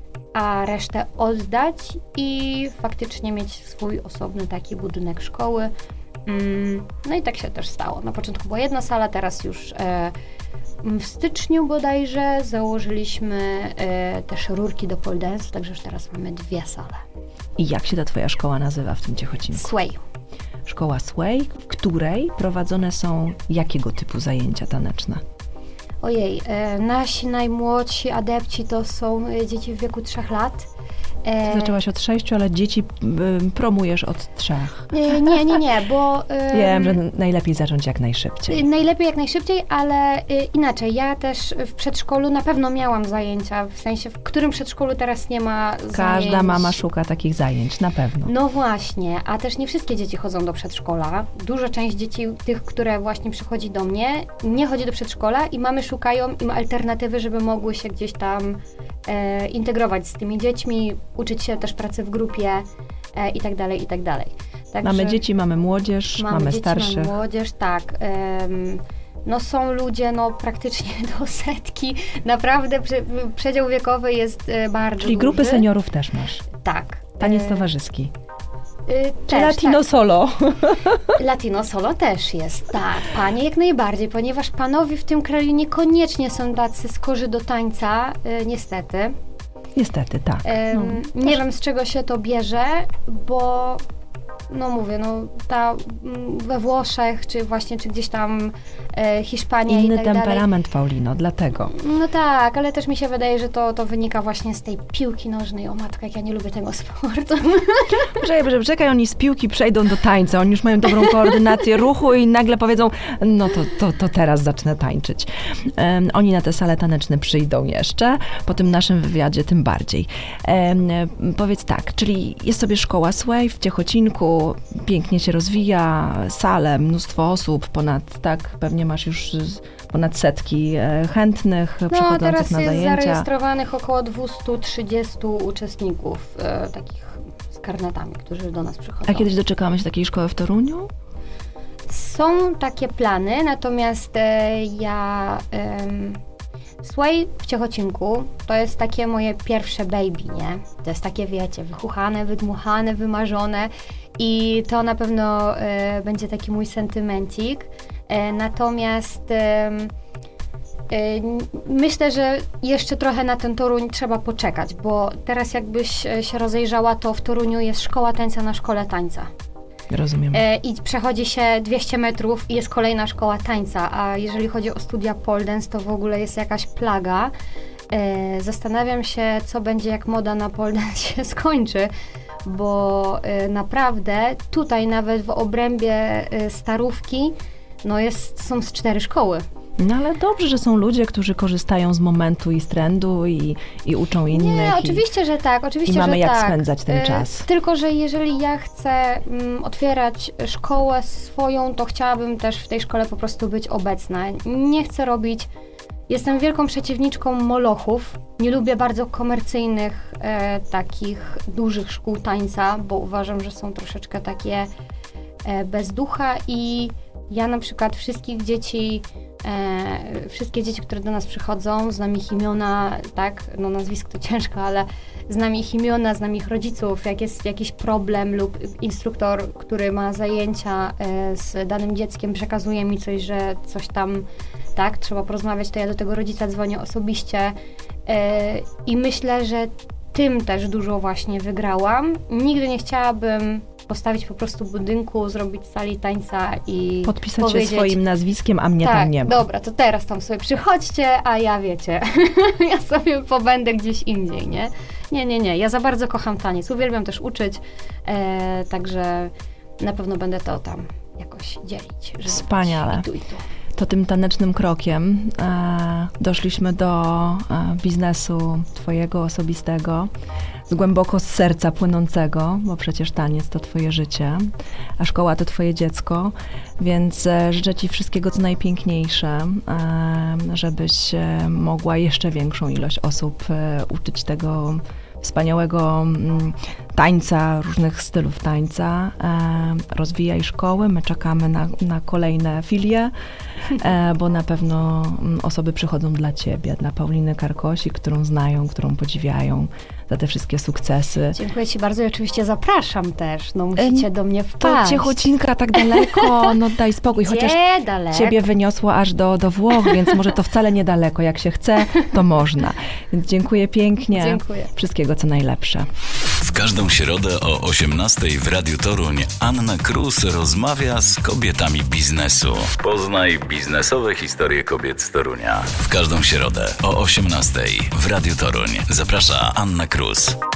a resztę oddać i faktycznie mieć swój osobny taki budynek szkoły. Mm, no i tak się też stało. Na początku była jedna sala, teraz już e, w styczniu bodajże założyliśmy e, też rurki do pole dance, także już teraz mamy dwie sale. I jak się ta twoja szkoła nazywa w tym Ciechocinku? Sway. Szkoła Sway, w której prowadzone są jakiego typu zajęcia taneczne? Ojej, e, nasi najmłodsi adepci to są e, dzieci w wieku trzech lat. Ty zaczęłaś od sześciu, ale dzieci y, promujesz od trzech. Nie, nie, nie, nie, bo... Y, Wiem, że najlepiej zacząć jak najszybciej. Najlepiej jak najszybciej, ale y, inaczej. Ja też w przedszkolu na pewno miałam zajęcia, w sensie, w którym przedszkolu teraz nie ma zajęć. Każda mama szuka takich zajęć, na pewno. No właśnie, a też nie wszystkie dzieci chodzą do przedszkola. Duża część dzieci, tych, które właśnie przychodzi do mnie, nie chodzi do przedszkola i mamy szukają im alternatywy, żeby mogły się gdzieś tam e, integrować z tymi dziećmi, uczyć się też pracy w grupie e, i tak dalej, i tak dalej. Także mamy dzieci, mamy młodzież, mamy, mamy dzieci, starszych. Mamy młodzież, tak. Ym, no są ludzie, no praktycznie do setki. Naprawdę prze, przedział wiekowy jest y, bardzo Czyli duży. grupy seniorów też masz? Tak. Taniec y, towarzyski. Y, Czy też, Latino tak. Solo? Latino Solo też jest, tak. Panie jak najbardziej, ponieważ panowie w tym kraju niekoniecznie są tacy skorzy do tańca, y, niestety. Niestety, tak. Ym, no, nie wiem, z czego się to bierze, bo no mówię, no ta mm, we Włoszech, czy właśnie, czy gdzieś tam e, Hiszpania Inny i tak temperament, dalej. Paulino, dlatego. No tak, ale też mi się wydaje, że to, to wynika właśnie z tej piłki nożnej. O matko, jak ja nie lubię tego sportu. Czekaj, czekaj, oni z piłki przejdą do tańca, oni już mają dobrą koordynację ruchu i nagle powiedzą, no to, to, to teraz zacznę tańczyć. Um, oni na te sale taneczne przyjdą jeszcze, po tym naszym wywiadzie tym bardziej. Um, powiedz tak, czyli jest sobie szkoła Sway w Ciechocinku, pięknie się rozwija, sale, mnóstwo osób, ponad, tak, pewnie masz już ponad setki e, chętnych no, przychodzących teraz na jest zajęcia. zarejestrowanych około dwieście trzydzieści uczestników e, takich z karnetami, którzy do nas przychodzą. A kiedyś doczekamy się takiej szkoły w Toruniu? Są takie plany, natomiast e, ja... Em, Sway w Ciechocinku to jest takie moje pierwsze baby, nie? To jest takie, wiecie, wychuchane, wydmuchane, wymarzone i to na pewno e, będzie taki mój sentymencik. E, natomiast e, e, myślę, że jeszcze trochę na ten Toruń trzeba poczekać, bo teraz jakbyś się rozejrzała, to w Toruniu jest szkoła tańca na szkole tańca. Rozumiem. E, I przechodzi się dwieście metrów i jest kolejna szkoła tańca, a jeżeli chodzi o studia pole dance, to w ogóle jest jakaś plaga. E, zastanawiam się, co będzie, jak moda na pole dance się skończy, bo e, naprawdę tutaj nawet w obrębie e, Starówki no jest, są z cztery szkoły. No ale dobrze, że są ludzie, którzy korzystają z momentu i z trendu i, i uczą innych. Nie, i, oczywiście, że tak, oczywiście, i mamy że jak tak. spędzać ten E, czas. Tylko, że jeżeli ja chcę mm, otwierać szkołę swoją, to chciałabym też w tej szkole po prostu być obecna. Nie chcę robić, jestem wielką przeciwniczką molochów. Nie lubię bardzo komercyjnych, e, takich dużych szkół tańca, bo uważam, że są troszeczkę takie e, bez ducha i ja na przykład wszystkich dzieci, e, wszystkie dzieci, które do nas przychodzą, znam ich imiona, tak, no nazwisk to ciężko, ale znam ich imiona, znam ich rodziców, jak jest jakiś problem lub instruktor, który ma zajęcia e, z danym dzieckiem, przekazuje mi coś, że coś tam, tak, trzeba porozmawiać, to ja do tego rodzica dzwonię osobiście e, i myślę, że tym też dużo właśnie wygrałam. Nigdy nie chciałabym postawić po prostu budynku, zrobić sali tańca i podpisać powiedzieć, się swoim nazwiskiem, a mnie tak, tam nie ma. dobra, to teraz tam sobie przychodźcie, a ja wiecie, ja sobie pobędę gdzieś indziej, nie? Nie, nie, nie, ja za bardzo kocham taniec, uwielbiam też uczyć, e, także na pewno będę to tam jakoś dzielić. Wspaniale. I tu, i tu. To tym tanecznym krokiem e, doszliśmy do e, biznesu twojego osobistego, z głęboko z serca płynącego, bo przecież taniec to twoje życie, a szkoła to twoje dziecko, więc e, życzę ci wszystkiego co najpiękniejsze, e, żebyś e, mogła jeszcze większą ilość osób e, uczyć tego wspaniałego mm, tańca, różnych stylów tańca. E, rozwijaj szkoły, my czekamy na, na kolejne filie, e, bo na pewno mm, osoby przychodzą dla ciebie, dla Pauliny Karkosi, którą znają, którą podziwiają za te wszystkie sukcesy. Dziękuję ci bardzo i oczywiście zapraszam też, no musicie e, do mnie wpaść. To Ciechocinka tak daleko, no daj spokój, Gdzie chociaż daleko? ciebie wyniosło aż do, do Włoch, więc może to wcale niedaleko, jak się chce, to można. Więc dziękuję pięknie. Dziękuję. Wszystkiego co najlepsze. W każdą środę o osiemnastej w Radiu Toruń Anna Krus rozmawia z kobietami biznesu. Poznaj biznesowe historie kobiet z Torunia. W każdą środę o osiemnastej w Radiu Toruń zaprasza Anna Krus.